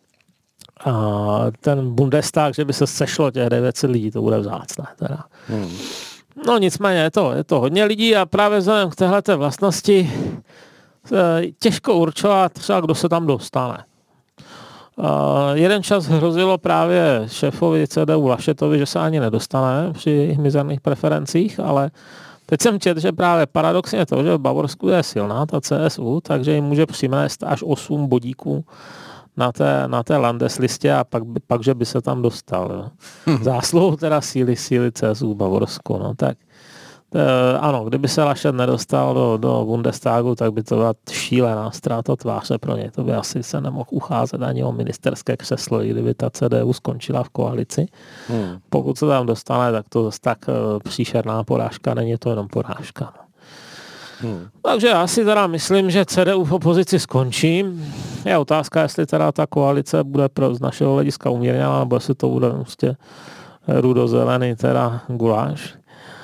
a ten Bundestag, že by se sešlo těch devět set lidí, to bude vzácné. Teda. Hmm. No nicméně je to, je to hodně lidí a právě vzhledem k téhleté vlastnosti uh, těžko určovat třeba, kdo se tam dostane. Uh, jeden čas hrozilo právě šéfovi C D U Laschetovi, že se ani nedostane při jejich mizerných preferencích, ale teď jsem četl, že právě paradoxně to, že v Bavorsku je silná ta C S U, takže jim může přinést až osm bodíků na té, na té Landeslistě a pak, pak, že by se tam dostal. Jo. Zásluhou teda síly, síly C S U v Bavorsku. No, tak, e, ano, kdyby se Laschet nedostal do, do Bundestagu, tak by to byla šílená ztráta tváře pro ně. To by asi se nemohl ucházet ani o ministerské křeslo, kdyby ta C D U skončila v koalici. Hmm. Pokud se tam dostane, tak to tak e, příšerná porážka, není to jenom porážka. No. Hmm. Takže já si teda myslím, že C D U v opozici skončí. Je otázka, jestli teda ta koalice bude pro, z našeho hlediska umírněná, nebo jestli to bude prostě rudozelený teda guláš.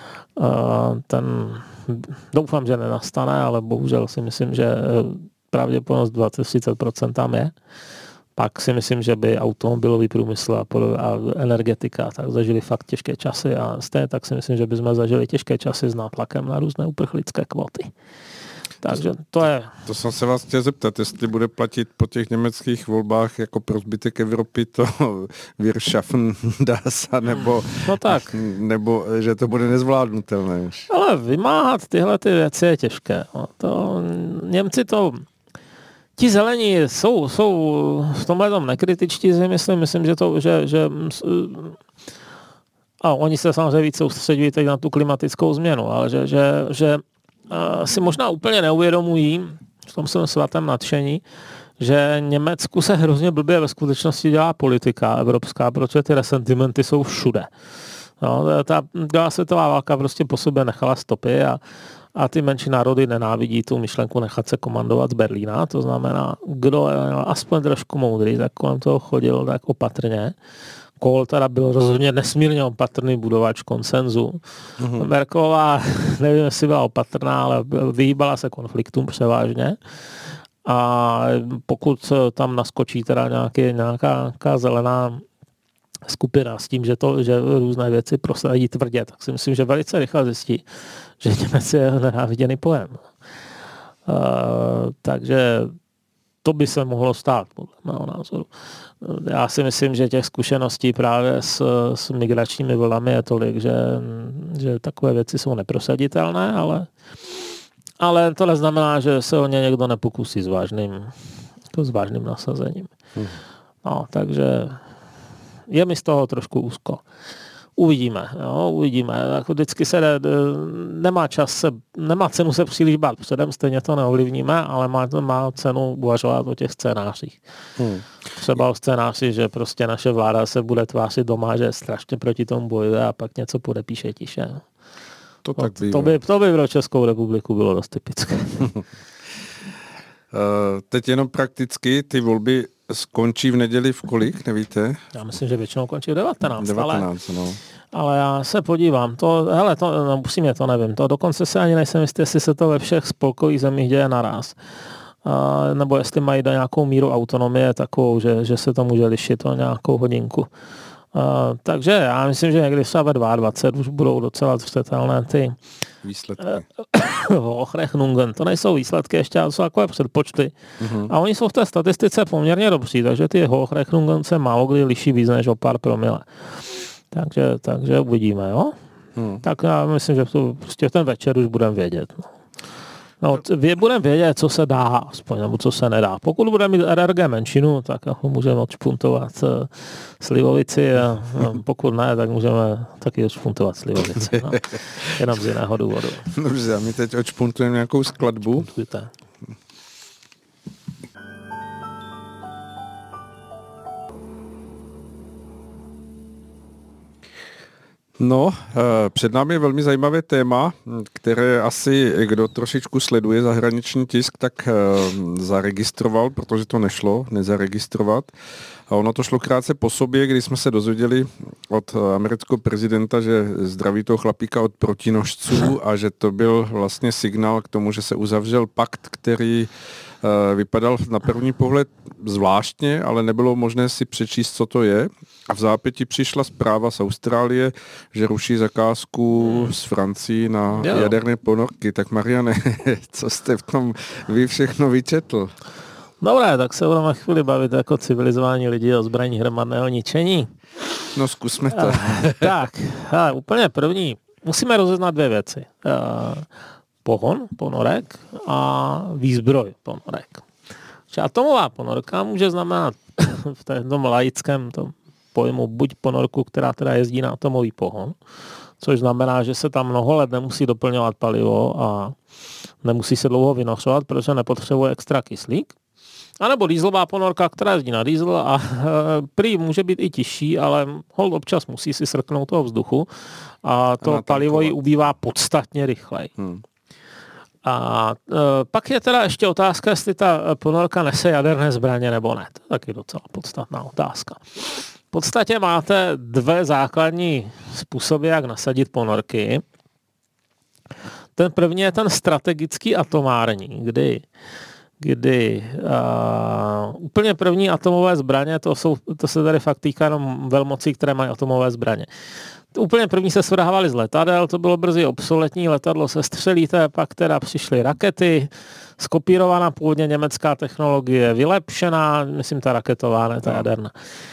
Ten doufám, že nenastane, ale bohužel si myslím, že pravděpodobnost dvacet až třicet procent tam je. Pak si myslím, že by automobilový průmysl a, a energetika tak zažili fakt těžké časy a stejně tak si myslím, že bychom zažili těžké časy s nátlakem na různé uprchlické kvóty. Takže to je... To jsem se vás chtěl zeptat, jestli bude platit po těch německých volbách jako pro zbytek Evropy to Wir schaffen das, nebo, no tak. nebo že to bude nezvládnutelné. Ale vymáhat tyhle ty věci je těžké. To, Němci to... Ti zelení jsou, jsou v tomhle tom nekritičtí, myslím, myslím, že to, že, že a oni se samozřejmě víc soustředují teď na tu klimatickou změnu, ale že, že, že si možná úplně neuvědomují, v tom jsem svatém nadšení, že Německu se hrozně blbě ve skutečnosti dělá politika evropská, protože ty resentimenty jsou všude. No, ta druhá světová válka prostě po sobě nechala stopy a A ty menší národy nenávidí tu myšlenku nechat se komandovat z Berlína. To znamená, kdo je aspoň trošku moudrý, tak kolem toho chodil tak opatrně. Kohl teda byl rozhodně nesmírně opatrný budovač konsenzu. Mm-hmm. Merkelová, nevím, jestli byla opatrná, ale vyhýbala se konfliktům převážně. A pokud tam naskočí teda nějaký, nějaká, nějaká zelená skupina s tím, že, to, že různé věci prosadí tvrdě, tak si myslím, že velice rychle zjistí, že Němec je nenáviděný pojem. Uh, takže to by se mohlo stát, podle mého názoru. Já si myslím, že těch zkušeností právě s, s migračními vlnami je tolik, že, že takové věci jsou neprosaditelné, ale, ale to neznamená, že se o ně někdo nepokusí s vážným, s vážným nasazením. Hmm. No, takže je mi z toho trošku úzko. Uvidíme, jo, uvidíme. Jako vždycky se ne, nemá čas se, nemá cenu se příliš bát předem, stejně to neovlivníme, ale má, má cenu uvažovat o těch scénářích. Hmm. Třeba o scénáři, že prostě naše vláda se bude tvářit doma, že strašně proti tomu bojuje a pak něco podepíše tiše. To, tak no, to, by, to by pro Českou republiku bylo dost typické. Teď jenom prakticky ty volby skončí v neděli v kolik, nevíte? Já myslím, že většinou končí v devatenáct. devatenáct, ale, no. ale já se podívám. To, hele, to, no, musíme to nevím. To dokonce se ani nejsem jistý, jestli se to ve všech spolkových zemích děje naraz. Uh, nebo jestli mají do nějakou míru autonomie takovou, že, že se to může lišit o nějakou hodinku. Uh, takže já myslím, že někdy třeba ve dvacet dva už budou docela vstřetelné ty výsledky. Hochrechnungen. To nejsou výsledky ještě, ale jsou takové předpočty. Uh-huh. A oni jsou v té statistice poměrně dobří, takže ty Hochrechnungen se málo kdy liší víc než o pár promile. Takže, takže uvidíme, jo? Hmm. Tak já myslím, že to prostě ten večer už budeme vědět. No. No, budeme vědět, co se dá, aspoň, nebo co se nedá. Pokud budeme mít R R G menšinu, tak můžeme odšpuntovat uh, slivovici a no, pokud ne, tak můžeme taky odšpuntovat slivovici. No. Jenom z jiného důvodu. Dobře, a my teď odšpuntujeme nějakou skladbu. Odšpuntujte. No, před námi je velmi zajímavé téma, které asi, kdo trošičku sleduje zahraniční tisk, tak zaregistroval, protože to nešlo nezaregistrovat. A ono to šlo krátce po sobě, kdy jsme se dozvěděli od amerického prezidenta, že zdraví toho chlapíka od protinožců a že to byl vlastně signál k tomu, že se uzavřel pakt, který vypadal na první pohled zvláštně, ale nebylo možné si přečíst, co to je. A v zápětí přišla zpráva z Austrálie, že ruší zakázku hmm. z Francii na jo. jaderné ponorky. Tak Mariane, co jste v tom vy všechno vyčetl? Dobré, tak se budeme chvíli bavit jako civilizování lidí o zbraní hromadného ničení. No zkusme to. Tak, ale úplně první. Musíme rozeznat dvě věci. Pohon ponorek a výzbroj ponorek. Atomová ponorka může znamenat v tom laickém tom pojmu buď ponorku, která teda jezdí na atomový pohon, což znamená, že se tam mnoho let nemusí doplňovat palivo a nemusí se dlouho vynořovat, protože nepotřebuje extra kyslík. A nebo dieselová ponorka, která jezdí na diesel a e, prý může být i těžší, ale hold občas musí si srknout toho vzduchu a to a palivo jí ubývá podstatně rychleji. Hmm. A e, pak je teda ještě otázka, jestli ta ponorka nese jaderné zbraně nebo ne. To je taky docela podstatná otázka. V podstatě máte dvě základní způsoby, jak nasadit ponorky. Ten první je ten strategický atomární, kdy, kdy uh, úplně první atomové zbraně, to, jsou, to se tady fakt týká jenom velmocí, které mají atomové zbraně. Úplně první se svrhávaly z letadel, to bylo brzy obsoletní, letadlo se střelíte, pak teda přišly rakety, skopírovaná původně německá technologie, vylepšená, myslím ta raketová, ne ta jaderná.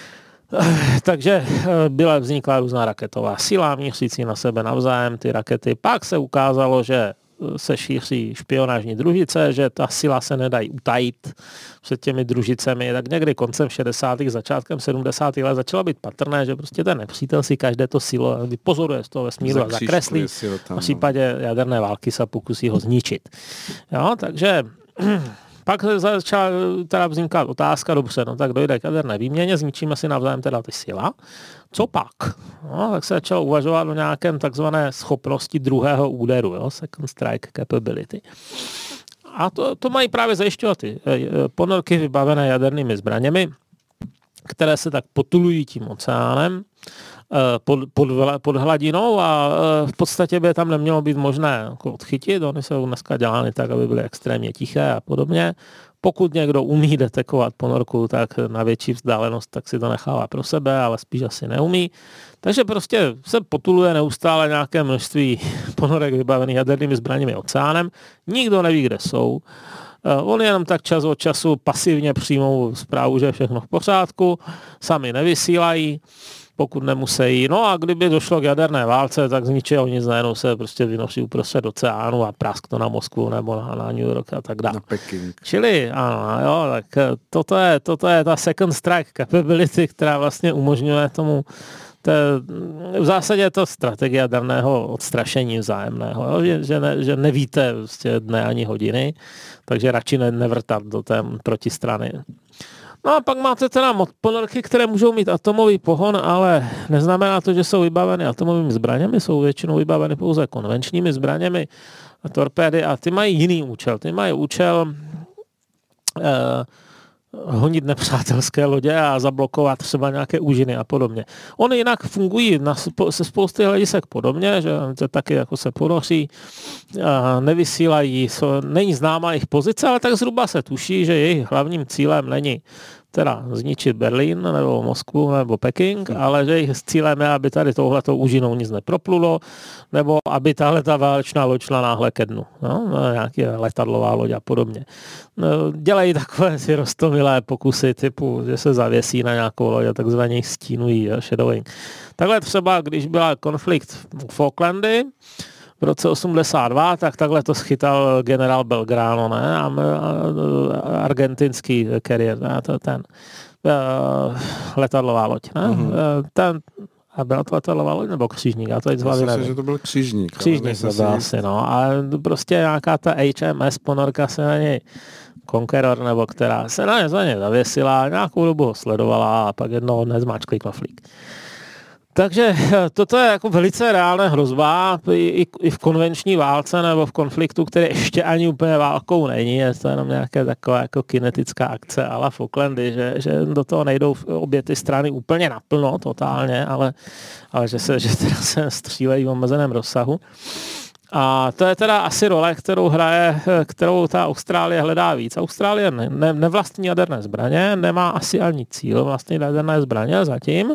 Takže byla vznikla různá raketová síla, mířící na sebe navzájem ty rakety. Pak se ukázalo, že se šíří špionážní družice, že ta síla se nedají utajit před těmi družicemi. Tak někdy koncem šedesátých začátkem sedmdesátých let začalo být patrné, že prostě ten nepřítel si každé to sílo vypozoruje z toho vesmíru a zakreslí. V případě jaderné války se pokusí ho zničit. Jo, takže pak začala teda vznikat otázka, dobře, no tak dojde k jaderné výměně, zničíme si navzájem teda ty síla. Co pak? No, tak se začalo uvažovat o nějakém takzvané schopnosti druhého úderu, jo? Second strike capability. A to, to mají právě zajišťovat ty ponorky vybavené jadernými zbraněmi, které se tak potulují tím oceánem pod, pod, pod hladinou a v podstatě by tam nemělo být možné jako odchytit. Oni jsou dneska dělány tak, aby byly extrémně tiché a podobně. Pokud někdo umí detekovat ponorku, tak na větší vzdálenost, tak si to nechává pro sebe, ale spíš asi neumí. Takže prostě se potuluje neustále nějaké množství ponorek vybavených jadernými zbraněmi oceánem. Nikdo neví, kde jsou. Oni jenom tak čas od času pasivně přijmou zprávu, že je všechno v pořádku, sami nevysílají, pokud nemusí. No a kdyby došlo k jaderné válce, tak z ničeho nic najednou se prostě vynoří uprostřed oceánu a prask to na Moskvu nebo na, na New York a tak dále. Na Peking. Čili, ano, jo, tak toto je, toto je ta second strike capability, která vlastně umožňuje tomu to, v zásadě je to strategie jaderného odstrašení vzájemného, jo, že, že, ne, že nevíte vlastně dne ani hodiny, takže radši ne, nevrtat do té protistrany. No a pak máte teda ponorky, které můžou mít atomový pohon, ale neznamená to, že jsou vybaveny atomovými zbraněmi, jsou většinou vybaveny pouze konvenčními zbraněmi a torpédy a ty mají jiný účel. Ty mají účel eh, honit nepřátelské lodě a zablokovat třeba nějaké úžiny a podobně. Ony jinak fungují na, se spousty hledisek podobně, že to taky jako se ponoří, nevysílají, není známa jejich pozice, ale tak zhruba se tuší, že jejich hlavním cílem není teda zničit Berlín nebo Moskvu nebo Peking, ale že jejich cílem je, aby tady touhletou úžinou nic neproplulo, nebo aby tahle ta válečná loď šla náhle ke dnu. No, nějaký letadlová loď a podobně. No, dělají takové si roztomilé pokusy typu, že se zavěsí na nějakou loď a takzvaně stínují, jo, shadowing. Takhle třeba, když byla konflikt v Falklandy, v roce osmdesát dva, tak takhle to schytal generál Belgrano, ne? A argentinský carrier, ne? To je ten uh, letadlová loď, ne? Mm-hmm. Ten, a byla to letadlová loď nebo křižník? Já to teď z hlavy nevím. Že to byl křižník. Křižník to byl asi, no. A prostě nějaká ta H M S ponorka se na něj Conqueror, nebo která se na ně za ně zavěsila, nějakou dobu ho sledovala a pak jednoho dne zmáčkli knoflík. Takže toto je jako velice reálná hrozba i, i v konvenční válce nebo v konfliktu, který ještě ani úplně válkou není, je to jenom nějaká taková jako kinetická akce a la Falklandy, že, že do toho nejdou obě ty strany úplně naplno, totálně, ale, ale že se, že teda se střílejí v omezeném rozsahu. A to je teda asi role, kterou hraje, kterou ta Austrálie hledá víc. Austrálie ne, ne, nevlastní jaderné zbraně, nemá asi ani cíl vlastní jaderné zbraně zatím,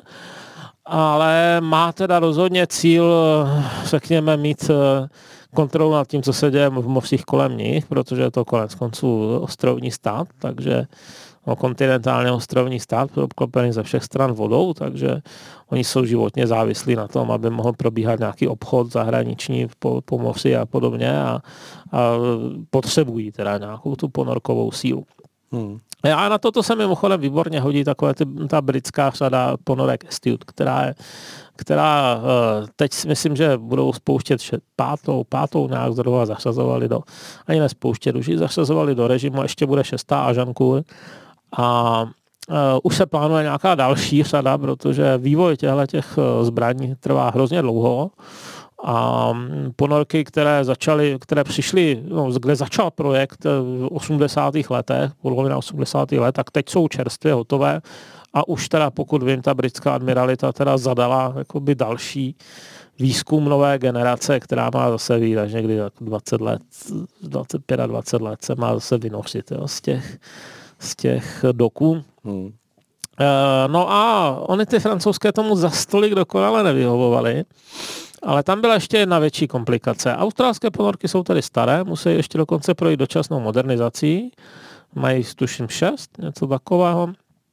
ale má teda rozhodně cíl, řekněme, mít kontrolu nad tím, co se děje v mořích kolem nich, protože je to konec konců ostrovní stát, takže no, kontinentálně ostrovní stát, obklopený ze všech stran vodou, takže oni jsou životně závislí na tom, aby mohl probíhat nějaký obchod zahraniční po, po moři a podobně a, a potřebují teda nějakou tu ponorkovou sílu. Hmm. A na toto se mimochodem výborně hodí takové ty, ta britská řada ponorek Astute, která je, která teď si myslím, že budou spouštět pátou, pátou nějak zrovna zařazovali do, ani nespouštět, už ji zařazovali do režimu, ještě bude šestá Agincourt a uh, už se plánuje nějaká další řada, protože vývoj těch zbraní trvá hrozně dlouho. A ponorky, které začaly, které přišly, no, kde začal projekt v osmdesátých letech, polovina osmdesátých let, tak teď jsou čerstvě hotové a už teda, pokud vím, ta britská admiralita teda zadala jakoby další výzkum nové generace, která má zase být až někdy dvacet let, dvacet pět a dvacet let se má zase vynořit, jo, z těch, z těch doků. Hmm. No a oni ty francouzské tomu za stolik dokonale nevyhovovaly. Ale tam byla ještě jedna větší komplikace. Australské ponorky jsou tedy staré, musí ještě dokonce projít dočasnou modernizací. Mají tuším šest, něco takového.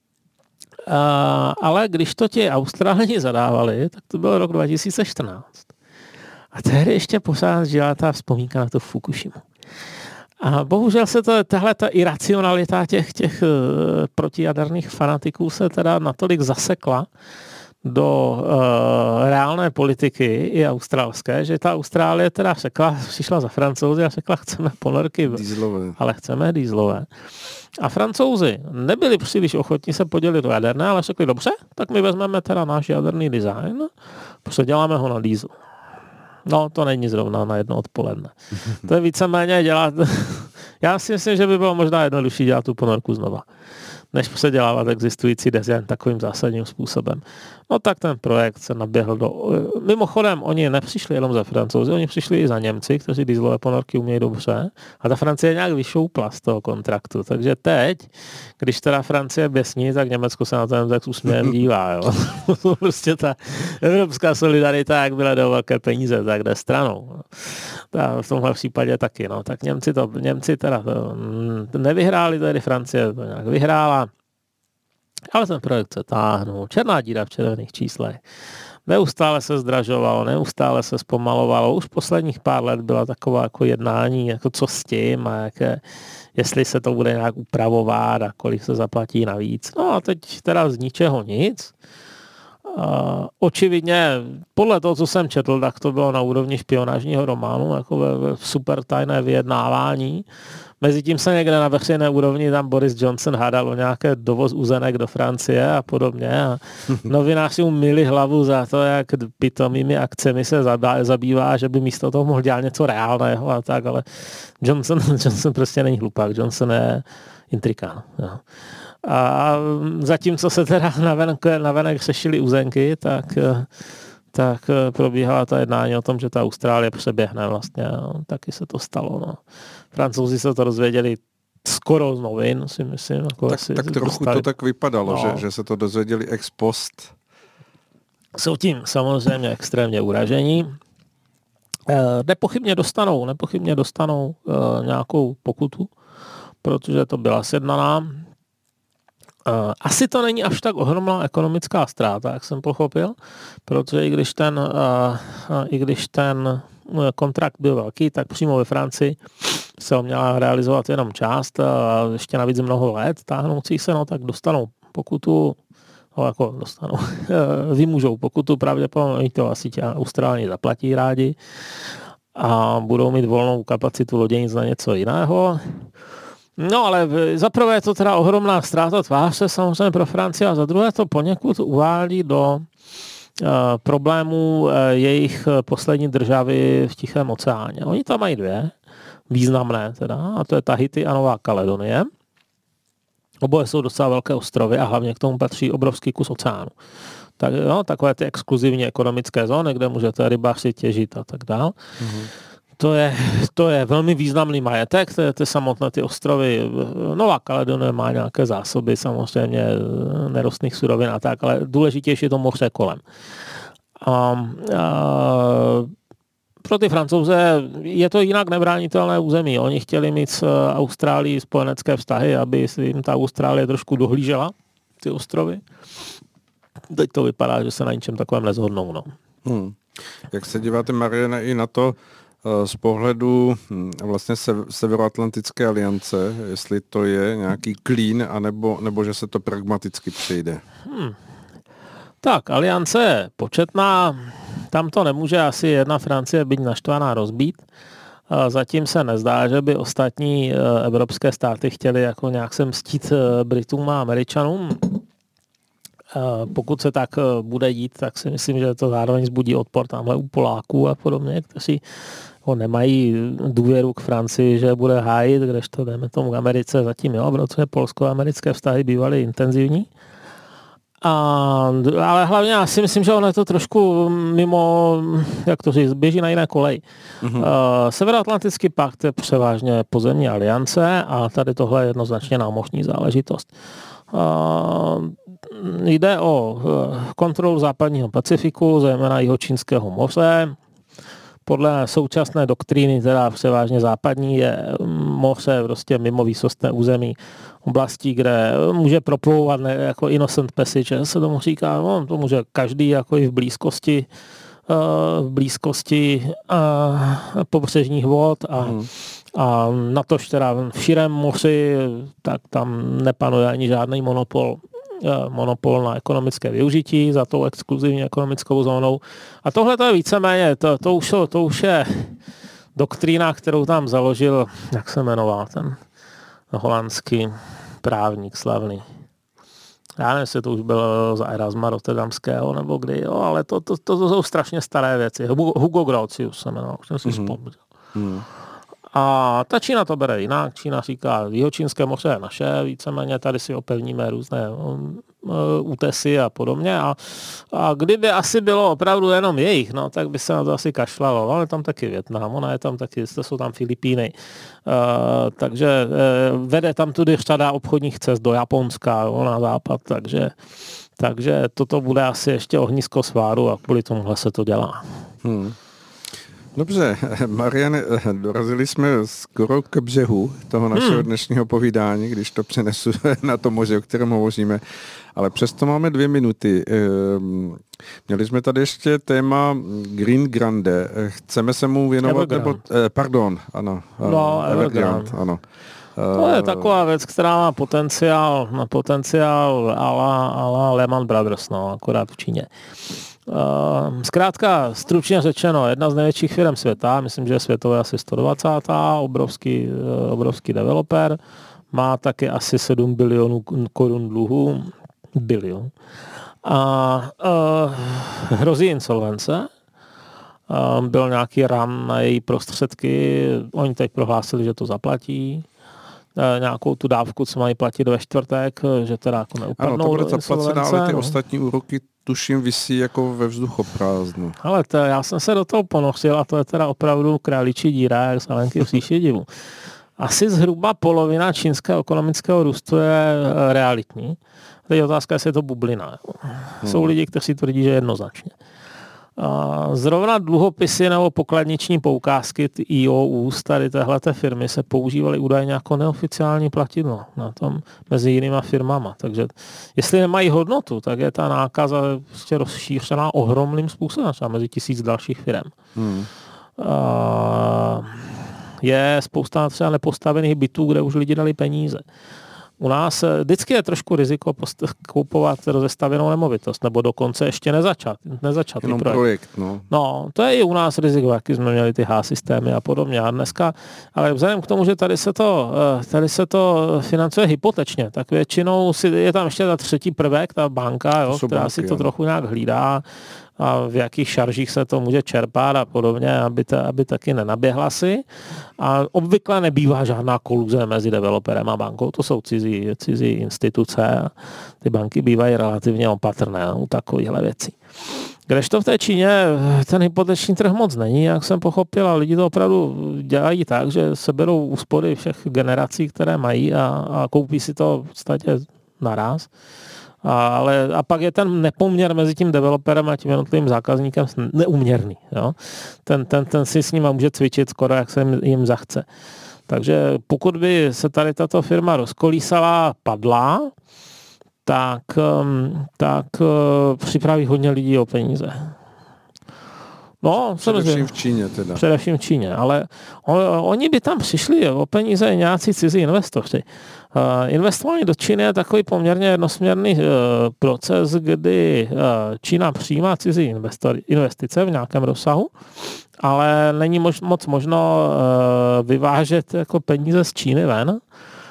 A, ale když to ti Australani zadávali, tak to byl rok dva tisíce čtrnáct. A tehdy ještě pořád žila ta vzpomínka na tu Fukushimu. A bohužel se to, tahle ta iracionalita těch, těch protijaderných fanatiků se teda natolik zasekla do uh, reálné politiky i australské, že ta Austrálie teda řekla, přišla za Francouzi a řekla, chceme ponorky, dieselové. Ale chceme dieselové. A Francouzi nebyli příliš ochotní se podělit o jaderné, ale řekli, dobře, tak my vezmeme teda náš jaderný design, předěláme ho na diesel. No, to není zrovna na jedno odpoledne. To je víceméně dělat... Já si myslím, že by bylo možná jednodušší dělat tu ponorku znova, než předělávat existující design takovým zásadním způsobem. No tak ten projekt se naběhl do... Mimochodem, oni nepřišli jenom za Francouzi, oni přišli i za Němci, kteří dieselové ponorky umějí dobře. A ta Francie nějak vyšoupla z toho kontraktu. Takže teď, když teda Francie běsní, tak Německo se na ten tak úsměvem dívá. Jo. Prostě ta evropská solidarita, jak byla do velké peníze, tak jde stranou. A v tomhle případě taky. No. Tak Němci, to, Němci teda to nevyhráli, tedy Francie to nějak vyhrála. Ale ten projekt se táhnul. Černá díra v červených číslech. Neustále se zdražovalo, neustále se zpomalovalo. Už posledních pár let byla taková jako jednání, jako co s tím a jaké, jestli se to bude nějak upravovat a kolik se zaplatí navíc. No a teď teda z ničeho nic. Uh, očividně, podle toho, co jsem četl, tak to bylo na úrovni špionážního románu, jako ve, ve super tajné vyjednávání. Mezitím se někde na veřejné úrovni tam Boris Johnson hádal o nějaké dovoz uzenek do Francie a podobně. A novináři mu myli hlavu za to, jak pitomými akcemi se zabývá, že by místo toho mohl dělat něco reálného a tak, ale Johnson, Johnson prostě není hlupák. Johnson je intrikán. Jo. A zatímco se teda navenek, navenek řešili úzenky, tak, tak probíhala ta jednání o tom, že ta Austrálie přeběhne vlastně. No. Taky se to stalo. No. Francouzi se to dozvěděli skoro z novin, si myslím. Jako tak, tak trochu dostali. To tak vypadalo, no. že, že se to dozvěděli ex post. Jsou tím samozřejmě extrémně uražení. Nepochybně dostanou, nepochybně dostanou nějakou pokutu, protože to byla sjednaná. Asi to není až tak ohromná ekonomická ztráta, jak jsem pochopil, protože i když ten, i když ten kontrakt byl velký, tak přímo ve Francii se ho měla realizovat jenom část a ještě navíc mnoho let táhnoucí se, no tak dostanou pokutu, no jako dostanou, vymůžou pokutu, pravděpodobně to asi tě Austrálii zaplatí rádi a budou mít volnou kapacitu loděnic na něco jiného. No ale za prvé je to teda ohromná ztráta tváře samozřejmě pro Francii a za druhé to poněkud uvádí do uh, problémů uh, jejich poslední državy v Tichém oceáně. Oni tam mají dvě významné teda, a to je Tahiti a Nová Kaledonie. Oboje jsou docela velké ostrovy a hlavně k tomu patří obrovský kus oceánu. Tak, jo, takové ty exkluzivní ekonomické zóny, kde můžete rybařit, těžit a tak dále. Mm-hmm. To je, to je velmi významný majetek, to je ty samotné ty ostrovy. Nová Kaledonie má nějaké zásoby, samozřejmě nerostných surovin a tak, ale důležitější je to moře kolem. A, a, pro ty Francouze je to jinak nebránitelné území. Oni chtěli mít s Austrálií spojenecké vztahy, aby si jim ta Austrálie trošku dohlížela, ty ostrovy. Teď to vypadá, že se na ničem takovém nezhodnou. No. Hmm. Jak se díváte, Mariane, i na to, z pohledu vlastně Severoatlantické aliance, jestli to je nějaký klín, anebo, nebo že se to pragmaticky přejde? Hmm. Tak, aliance je početná, tam to nemůže asi jedna Francie být naštvaná rozbít. Zatím se nezdá, že by ostatní evropské státy chtěly jako nějak se mstít Britům a Američanům. Pokud se tak bude dít, tak si myslím, že to zároveň zbudí odpor tamhle u Poláků a podobně, kteří nemají důvěru k Francii, že bude hájit, kdežto jdeme tomu k Americe zatím, jo, protože polsko-americké vztahy bývaly intenzivní. A, ale hlavně já si myslím, že ono je to trošku mimo, jak to říct, běží na jiné koleji. Mm-hmm. Uh, Severoatlantický pakt je převážně pozemní aliance a tady tohle je jednoznačně námořní záležitost. Uh, jde o kontrolu západního Pacifiku, zejména Jihočínského moře. Podle současné doktríny, teda převážně západní, je moře prostě mimo výsostné území oblastí, kde může proplouvat ne, jako innocent passage, se tomu říká, no, to může každý jako i v blízkosti v blízkosti pobřežních vod a, hmm. a na tož teda v širém moři, tak tam nepanuje ani žádný monopol monopol na ekonomické využití za tou exkluzivní ekonomickou zónou. A tohle to je víceméně, to, to, už, to už je doktrína, kterou tam založil, jak se jmenoval ten holandský právník slavný. Já nevím, jestli to už bylo za Erasma Rotterdamského nebo kdy, jo, ale to, to, to, to jsou strašně staré věci. Hugo Grotius se jmenoval, už jsem si mm-hmm. vzpomněl. Mm. A ta Čína to bere jinak. Čína říká, Jihočínské moře je naše, víceméně tady si opevníme různé um, útesy a podobně. A, a kdyby asi bylo opravdu jenom jejich, no, tak by se na to asi kašlalo. Ale tam taky Vietnam, ona je tam taky, to jsou tam Filipíny. Uh, takže uh, vede tam tudy řada obchodních cest do Japonska, jo, na západ, takže, takže toto bude asi ještě ohnisko sváru a kvůli tomuhle se to dělá. Hmm. Dobře, Mariane, dorazili jsme skoro k břehu toho našeho hmm. dnešního povídání, když to přenesu na to moře, o kterém hovoříme, ale přesto máme dvě minuty. Měli jsme tady ještě téma Green Grande. Chceme se mu věnovat? Nebo, eh, pardon, ano. No, Evergrande, ano. To je taková věc, která má potenciál, má potenciál ala, ala Lehman Brothers, no, akorát v Číně. Zkrátka, stručně řečeno, jedna z největších firm světa, myslím, že je světové asi sto dvacátá obrovský, obrovský developer, má taky asi sedm bilionů korun dluhu, bilion. A uh, hrozí insolvence, uh, byl nějaký run na její prostředky, oni teď prohlásili, že to zaplatí. nějakou tu dávku, co mají platit ve čtvrtek, že teda jako neupadnou. Ano, to bude zaplacené, ale ty no. ostatní úroky tuším visí jako ve vzduchoprázdnu. Ale to, já jsem se do toho ponosil a to je teda opravdu králičí díra, jak z Alenky v příští divu. Asi zhruba polovina čínského ekonomického růstu je realitní. Teď je otázka, jestli je to bublina. Hmm. Jsou lidi, kteří tvrdí, že jednoznačně. A zrovna dluhopisy nebo pokladniční poukázky E O U z tady téhleté firmy se používaly údajně jako neoficiální platidlo na tom mezi jinýma firmama. Takže jestli nemají hodnotu, tak je ta nákaza prostě rozšířená ohromným způsobem, třeba mezi tisíc dalších firm. Hmm. A je spousta třeba nepostavených bytů, kde už lidi dali peníze. U nás vždycky je trošku riziko koupovat rozestavěnou nemovitost, nebo dokonce ještě nezačat. nezačat Jenom projekt. projekt no. no, to je i u nás riziko, jaký jsme měli ty H-systémy a podobně. A dneska, ale vzhledem k tomu, že tady se to, tady se to financuje hypotečně, tak většinou si, je tam ještě ta třetí prvek, ta banka, jo, která banky, si to jo. trochu nějak hlídá a v jakých šaržích se to může čerpat a podobně, aby, ta, aby taky nenaběhla si. A obvykle nebývá žádná koluze mezi developerem a bankou, to jsou cizí, cizí instituce a ty banky bývají relativně opatrné u takovýchhle věcí. Kdežto v té Číně ten hypoteční trh moc není, jak jsem pochopil, a lidi to opravdu dělají tak, že seberou úspory všech generací, které mají a, a koupí si to v podstatě naraz. A, ale, a pak je ten nepoměr mezi tím developerem a tím jednotlivým zákazníkem neuměrný. Jo? Ten, ten, ten si s ním může cvičit skoro, jak se jim, jim zachce. Takže pokud by se tady tato firma rozkolísala, padla, tak, tak připraví hodně lidí o peníze. No, především v Číně teda. Především v Číně, ale on, oni by tam přišli o peníze nějací cizí investoři. Uh, investování do Číny je takový poměrně jednosměrný uh, proces, kdy uh, Čína přijímá cizí investor, investice v nějakém rozsahu, ale není mož, moc možno uh, vyvážet jako peníze z Číny ven.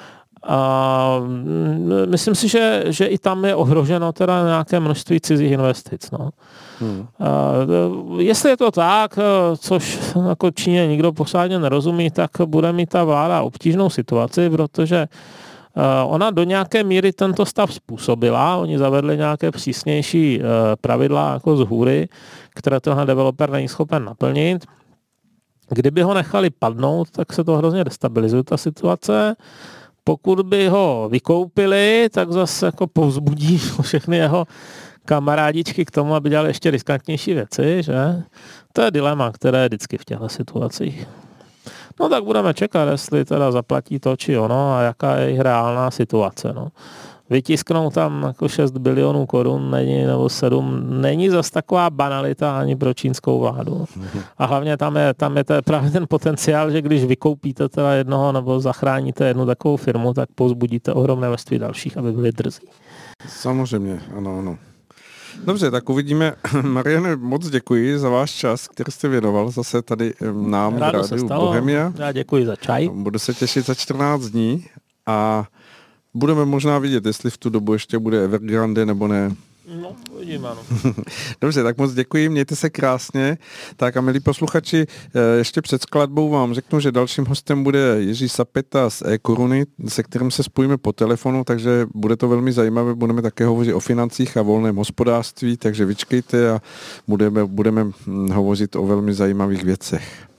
A myslím si, že, že i tam je ohroženo teda nějaké množství cizích investic. No. Hmm. A jestli je to tak, což jako Číně nikdo pořádně nerozumí, tak bude mít ta vláda obtížnou situaci, protože ona do nějaké míry tento stav způsobila. Oni zavedli nějaké přísnější pravidla jako z hůry, které tenhle developer není schopen naplnit. Kdyby ho nechali padnout, tak se to hrozně destabilizuje ta situace. Pokud by ho vykoupili, tak zase jako povzbudí všechny jeho kamarádičky k tomu, aby dělali ještě riskantnější věci, že? To je dilema, které je vždycky v těchto situacích. No tak budeme čekat, jestli teda zaplatí to či ono a jaká je jejich reálná situace, no. Vytisknou tam jako šest bilionů korun není, nebo sedm, není zas taková banalita ani pro čínskou vládu. A hlavně tam je, tam je to právě ten potenciál, že když vykoupíte teda jednoho nebo zachráníte jednu takovou firmu, tak povzbudíte ohromné množství dalších, aby byli drzí. Samozřejmě, ano, ano. Dobře, tak uvidíme. Mariane, moc děkuji za váš čas, který jste věnoval zase tady nám v rádiu Bohemia. Já děkuji za čaj. Budu se těšit za čtrnáct dní a budeme možná vidět, jestli v tu dobu ještě bude Evergrande nebo ne. No, vidím, ano. Dobře, tak moc děkuji, mějte se krásně. Tak a milí posluchači, ještě před skladbou vám řeknu, že dalším hostem bude Jiří Sapeta z e-koruny, se kterým se spojíme po telefonu, takže bude to velmi zajímavé, budeme také hovořit o financích a volném hospodářství, takže vyčkejte a budeme, budeme hovořit o velmi zajímavých věcech.